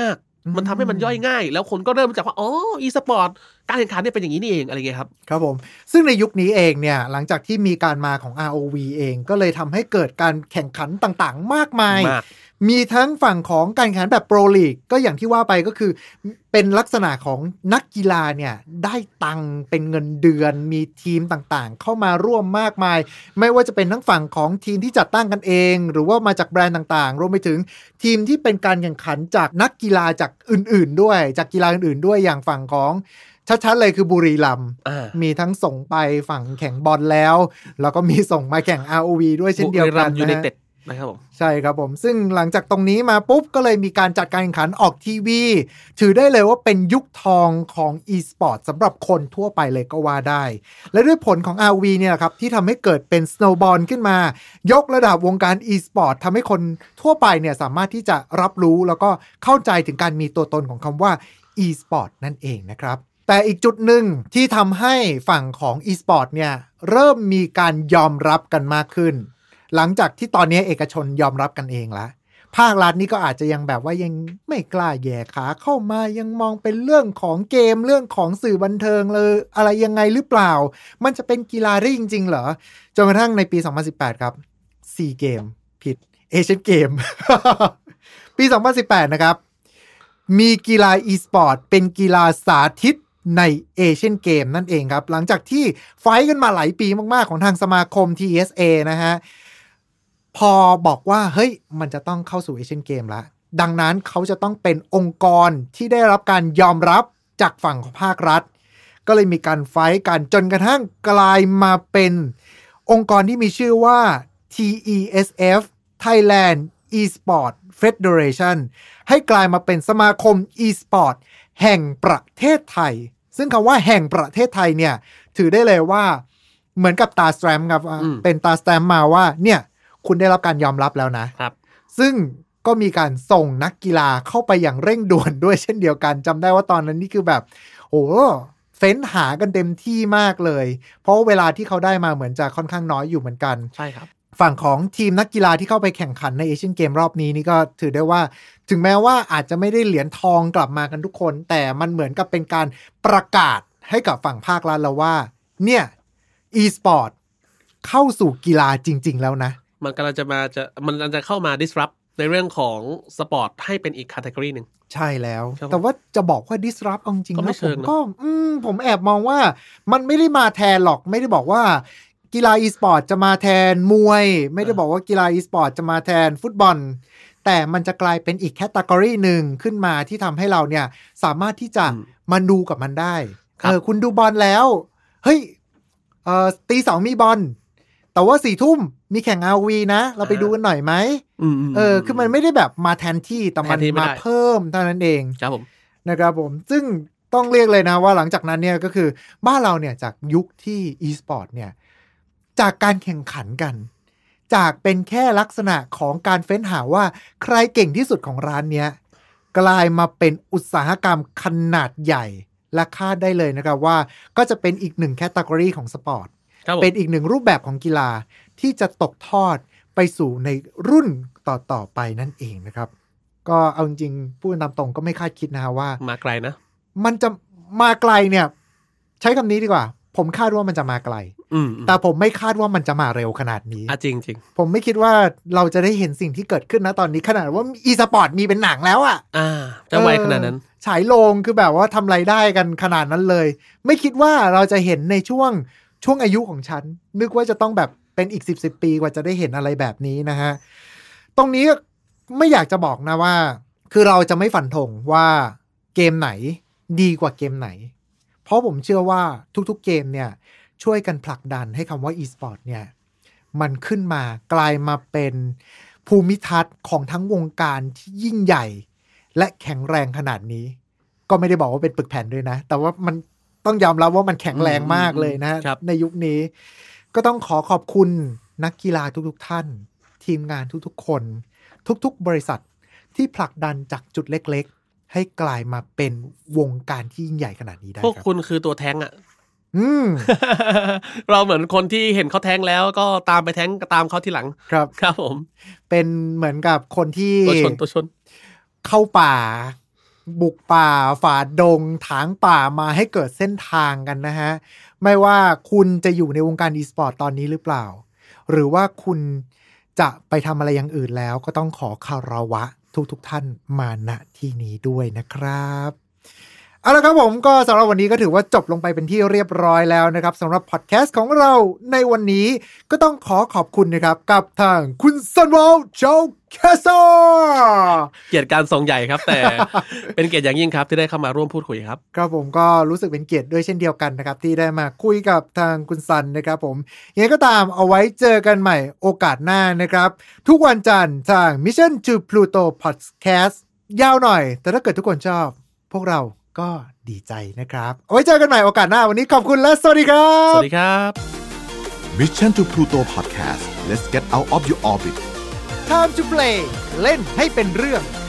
มันทำให้มันย่อยง่ายแล้วคนก็เริ่มรู้จักว่าอ๋ออีสปอร์ตการแข่งขันเนี่ยเป็นอย่างนี้นี่เองอะไรเงี้ยครับครับผมซึ่งในยุคนี้เองเนี่ยหลังจากที่มีการมาของ อาร์ โอ วี เองก็เลยทำให้เกิดการแข่งขันต่างๆมากมายมีทั้งฝั่งของการแข่งขันแบบโปรลีกก็อย่างที่ว่าไปก็คือเป็นลักษณะของนักกีฬาเนี่ยได้ตังค์เป็นเงินเดือนมีทีมต่างๆเข้ามาร่วมมากมายไม่ว่าจะเป็นทั้งฝั่งของทีมที่จัดตั้งกันเองหรือว่ามาจากแบรนด์ต่างๆรวมไปถึงทีมที่เป็นการแข่งขันจากนักกีฬาจากอื่นๆด้วยจากกีฬาอื่นๆด้วยอย่างฝั่งของชัดๆเลยคือบุรีรัมย์มีทั้งส่งไปฝั่งแข่งบอลแล้วแล้วก็มีส่งมาแข่ง อาร์ โอ วี ด้วยเช่นเดียวกันนะนะครับผมใช่ครับผมซึ่งหลังจากตรงนี้มาปุ๊บก็เลยมีการจัดการแข่งขันออกทีวีถือได้เลยว่าเป็นยุคทองของ e-sport สำหรับคนทั่วไปเลยก็ว่าได้และด้วยผลของ อาร์ โอ วี เนี่ยครับที่ทำให้เกิดเป็น snowball ขึ้นมายกระดับวงการ e-sport ทำให้คนทั่วไปเนี่ยสามารถที่จะรับรู้แล้วก็เข้าใจถึงการมีตัวตนของคำว่า e-sport นั่นเองนะครับแต่อีกจุดหนึ่งที่ทำให้ฝั่งของ e-sport เนี่ยเริ่มมีการยอมรับกันมากขึ้นหลังจากที่ตอนนี้เอกชนยอมรับกันเองแล้วภาครัฐนี่ก็อาจจะยังแบบว่ายังไม่กล้าแย่ขาเข้ามายังมองเป็นเรื่องของเกมเรื่องของสื่อบันเทิงเลยอะไรยังไงหรือเปล่ามันจะเป็นกีฬาได้จริงๆเหรอจนกระทั่งในปีสองพันสิบแปดครับซีเกมผิดเอเชียนเกม ปีสองพันสิบแปดนะครับมีกีฬา e-sport เป็นกีฬาสาธิตในเอเชียนเกมนั่นเองครับหลังจากที่ไฟท์กันมาหลายปีมากๆของทางสมาคม ที เอส เอ นะฮะพอบอกว่าเฮ้ยมันจะต้องเข้าสู่เอเชียนเกมแล้วดังนั้นเขาจะต้องเป็นองค์กรที่ได้รับการยอมรับจากฝั่งของภาครัฐก็เลยมีการไฟท์กันจนกระทั่งกลายมาเป็นองค์กรที่มีชื่อว่า ที อี เอส เอฟ Thailand Esport Federation ให้กลายมาเป็นสมาคม e-sport แห่งประเทศไทยซึ่งคำว่าแห่งประเทศไทยเนี่ยถือได้เลยว่าเหมือนกับตาสแตมป์ครับเป็นตาสแตมป์มาว่าเนี่ยคุณได้รับการยอมรับแล้วนะครับซึ่งก็มีการส่งนักกีฬาเข้าไปอย่างเร่งด่วนด้วยเช่นเดียวกันจำได้ว่าตอนนั้นนี่คือแบบโอ้เฟ้นหากันเต็มที่มากเลยเพราะเวลาที่เขาได้มาเหมือนจะค่อนข้างน้อยอยู่เหมือนกันใช่ครับฝั่งของทีมนักกีฬาที่เข้าไปแข่งขันในเอเชียนเกมรอบนี้นี่ก็ถือได้ว่าถึงแม้ว่าอาจจะไม่ได้เหรียญทองกลับมากันทุกคนแต่มันเหมือนกับเป็นการประกาศให้กับฝั่งภาครัฐแล้วว่าเนี่ย e-sport เข้าสู่กีฬาจริงๆแล้วนะมันกำลังจะมาจะมันกำลังจะเข้ามา disrupt ในเรื่องของสปอร์ตให้เป็นอีก category นึงใช่แล้วแต่ว่าจะบอกว่า disrupt จริงๆแล้วผมก็อืมผมแอบมองว่ามันไม่ได้มาแทนหรอกไม่ได้บอกว่ากีฬา e-sport จะมาแทนมวยไม่ได้บอกว่ากีฬา e-sport จะมาแทนฟุตบอลแต่มันจะกลายเป็นอีกแคตตากรีหนึ่งขึ้นมาที่ทำให้เราเนี่ยสามารถที่จะมาดูกับมันได้เออคุณดูบอลแล้วเฮ้ยเอ่อตีสองมีบอลแต่ว่าสี่ทุ่มมีแข่ง อาร์ โอ วี นะเราไปดูกันหน่อยไหมเออคือมันไม่ได้แบบมาแทนที่แต่มันมาเพิ่มเท่านั้นเองครับผมนะครับผมซึ่งต้องเรียกเลยนะว่าหลังจากนั้นเนี่ยก็คือบ้านเราเนี่ยจากยุคที่ e-sport เนี่ยจากการแข่งขันกันจากเป็นแค่ลักษณะของการเฟ้นหาว่าใครเก่งที่สุดของร้านเนี้ยกลายมาเป็นอุตสาหกรรมขนาดใหญ่และคาดได้เลยนะครับว่าก็จะเป็นอีกหนึ่งแคตตากรีของสปอร์ตเป็นอีกหนึ่งรูปแบบของกีฬาที่จะตกทอดไปสู่ในรุ่นต่อๆไปนั่นเองนะครับก็เอาจริงๆพูดตามตรงก็ไม่คาดคิดนะว่ามาไกลนะมันจะมาไกลเนี่ยใช้คำนี้ดีกว่าผมคาดว่ามันจะมาไกลแต่ผมไม่คาดว่ามันจะมาเร็วขนาดนี้อ่ะจริงๆผมไม่คิดว่าเราจะได้เห็นสิ่งที่เกิดขึ้นนะตอนนี้ขนาดว่า e-sport มีเป็นหนังแล้วอ่ะอ่าจะไวขนาดนั้นฉายโรงคือแบบว่าทำรายได้กันขนาดนั้นเลยไม่คิดว่าเราจะเห็นในช่วงช่วงอายุของฉันนึกว่าจะต้องแบบเป็นอีกสิบสิบปีกว่าจะได้เห็นอะไรแบบนี้นะฮะตรงนี้ไม่อยากจะบอกนะว่าคือเราจะไม่ฟันธงว่าเกมไหนดีกว่าเกมไหนเพราะผมเชื่อว่าทุกๆเกมเนี่ยช่วยกันผลักดันให้คำว่า e-sport เนี่ยมันขึ้นมากลายมาเป็นภูมิทัศน์ของทั้งวงการที่ยิ่งใหญ่และแข็งแรงขนาดนี้ก็ไม่ได้บอกว่าเป็นปึกแผ่นด้วยนะแต่ว่ามันต้องยอมรับว่ามันแข็งแรงมากเลยนะในยุคนี้ก็ต้องขอขอบคุณนักกีฬาทุกๆท่านทีมงานทุกๆคนทุกๆบริษัทที่ผลักดันจากจุดเล็กๆให้กลายมาเป็นวงการที่ยิ่งใหญ่ขนาดนี้ได้พวกคุณคือตัวแท้งอ่ะอืมเราเหมือนคนที่เห็นเขาแท้งแล้วก็ตามไปแท้งตามเขาทีหลังครับครับผมเป็นเหมือนกับคนที่ตัวชนตัวชนเข้าป่าบุกป่าฝ่าดงถางป่ามาให้เกิดเส้นทางกันนะฮะไม่ว่าคุณจะอยู่ในวงการ e-sport ตอนนี้หรือเปล่าหรือว่าคุณจะไปทำอะไรอย่างอื่นแล้วก็ต้องขอคารวะทุกๆท่านมาณที่นี้ด้วยนะครับเอาละครับผมก็สำหรับวันนี้ก็ถือว่าจบลงไปเป็นที่เรียบร้อยแล้วนะครับสำหรับพอดแคสต์ของเราในวันนี้ก็ต้องขอขอบคุณนะครับกับทางคุณซันวอลโจแคสเซอร์เกียรติการทรงใหญ่ครับแต่ เป็นเกียรติอย่างยิ่งครับที่ได้เข้ามาร่วมพูดคุยครับครับผมก็รู้สึกเป็นเกียรติด้วยเช่นเดียวกันนะครับที่ได้มาคุยกับทางคุณซันนะครับผมยังไงก็ตามเอาไว้เจอกันใหม่โอกาสหน้านะครับทุกวันจันทร์ทาง Mission to Pluto Podcast ยาวหน่อยแต่ถ้าเกิดทุกคนชอบพวกเราก็ดีใจนะครับเอาไว้เจอกันใหม่โอกาสหน้าวันนี้ขอบคุณและสวัสดีครับสวัสดีครับ Mission to Pluto Podcast let's get out of your orbit Time to play เล่นให้เป็นเรื่อง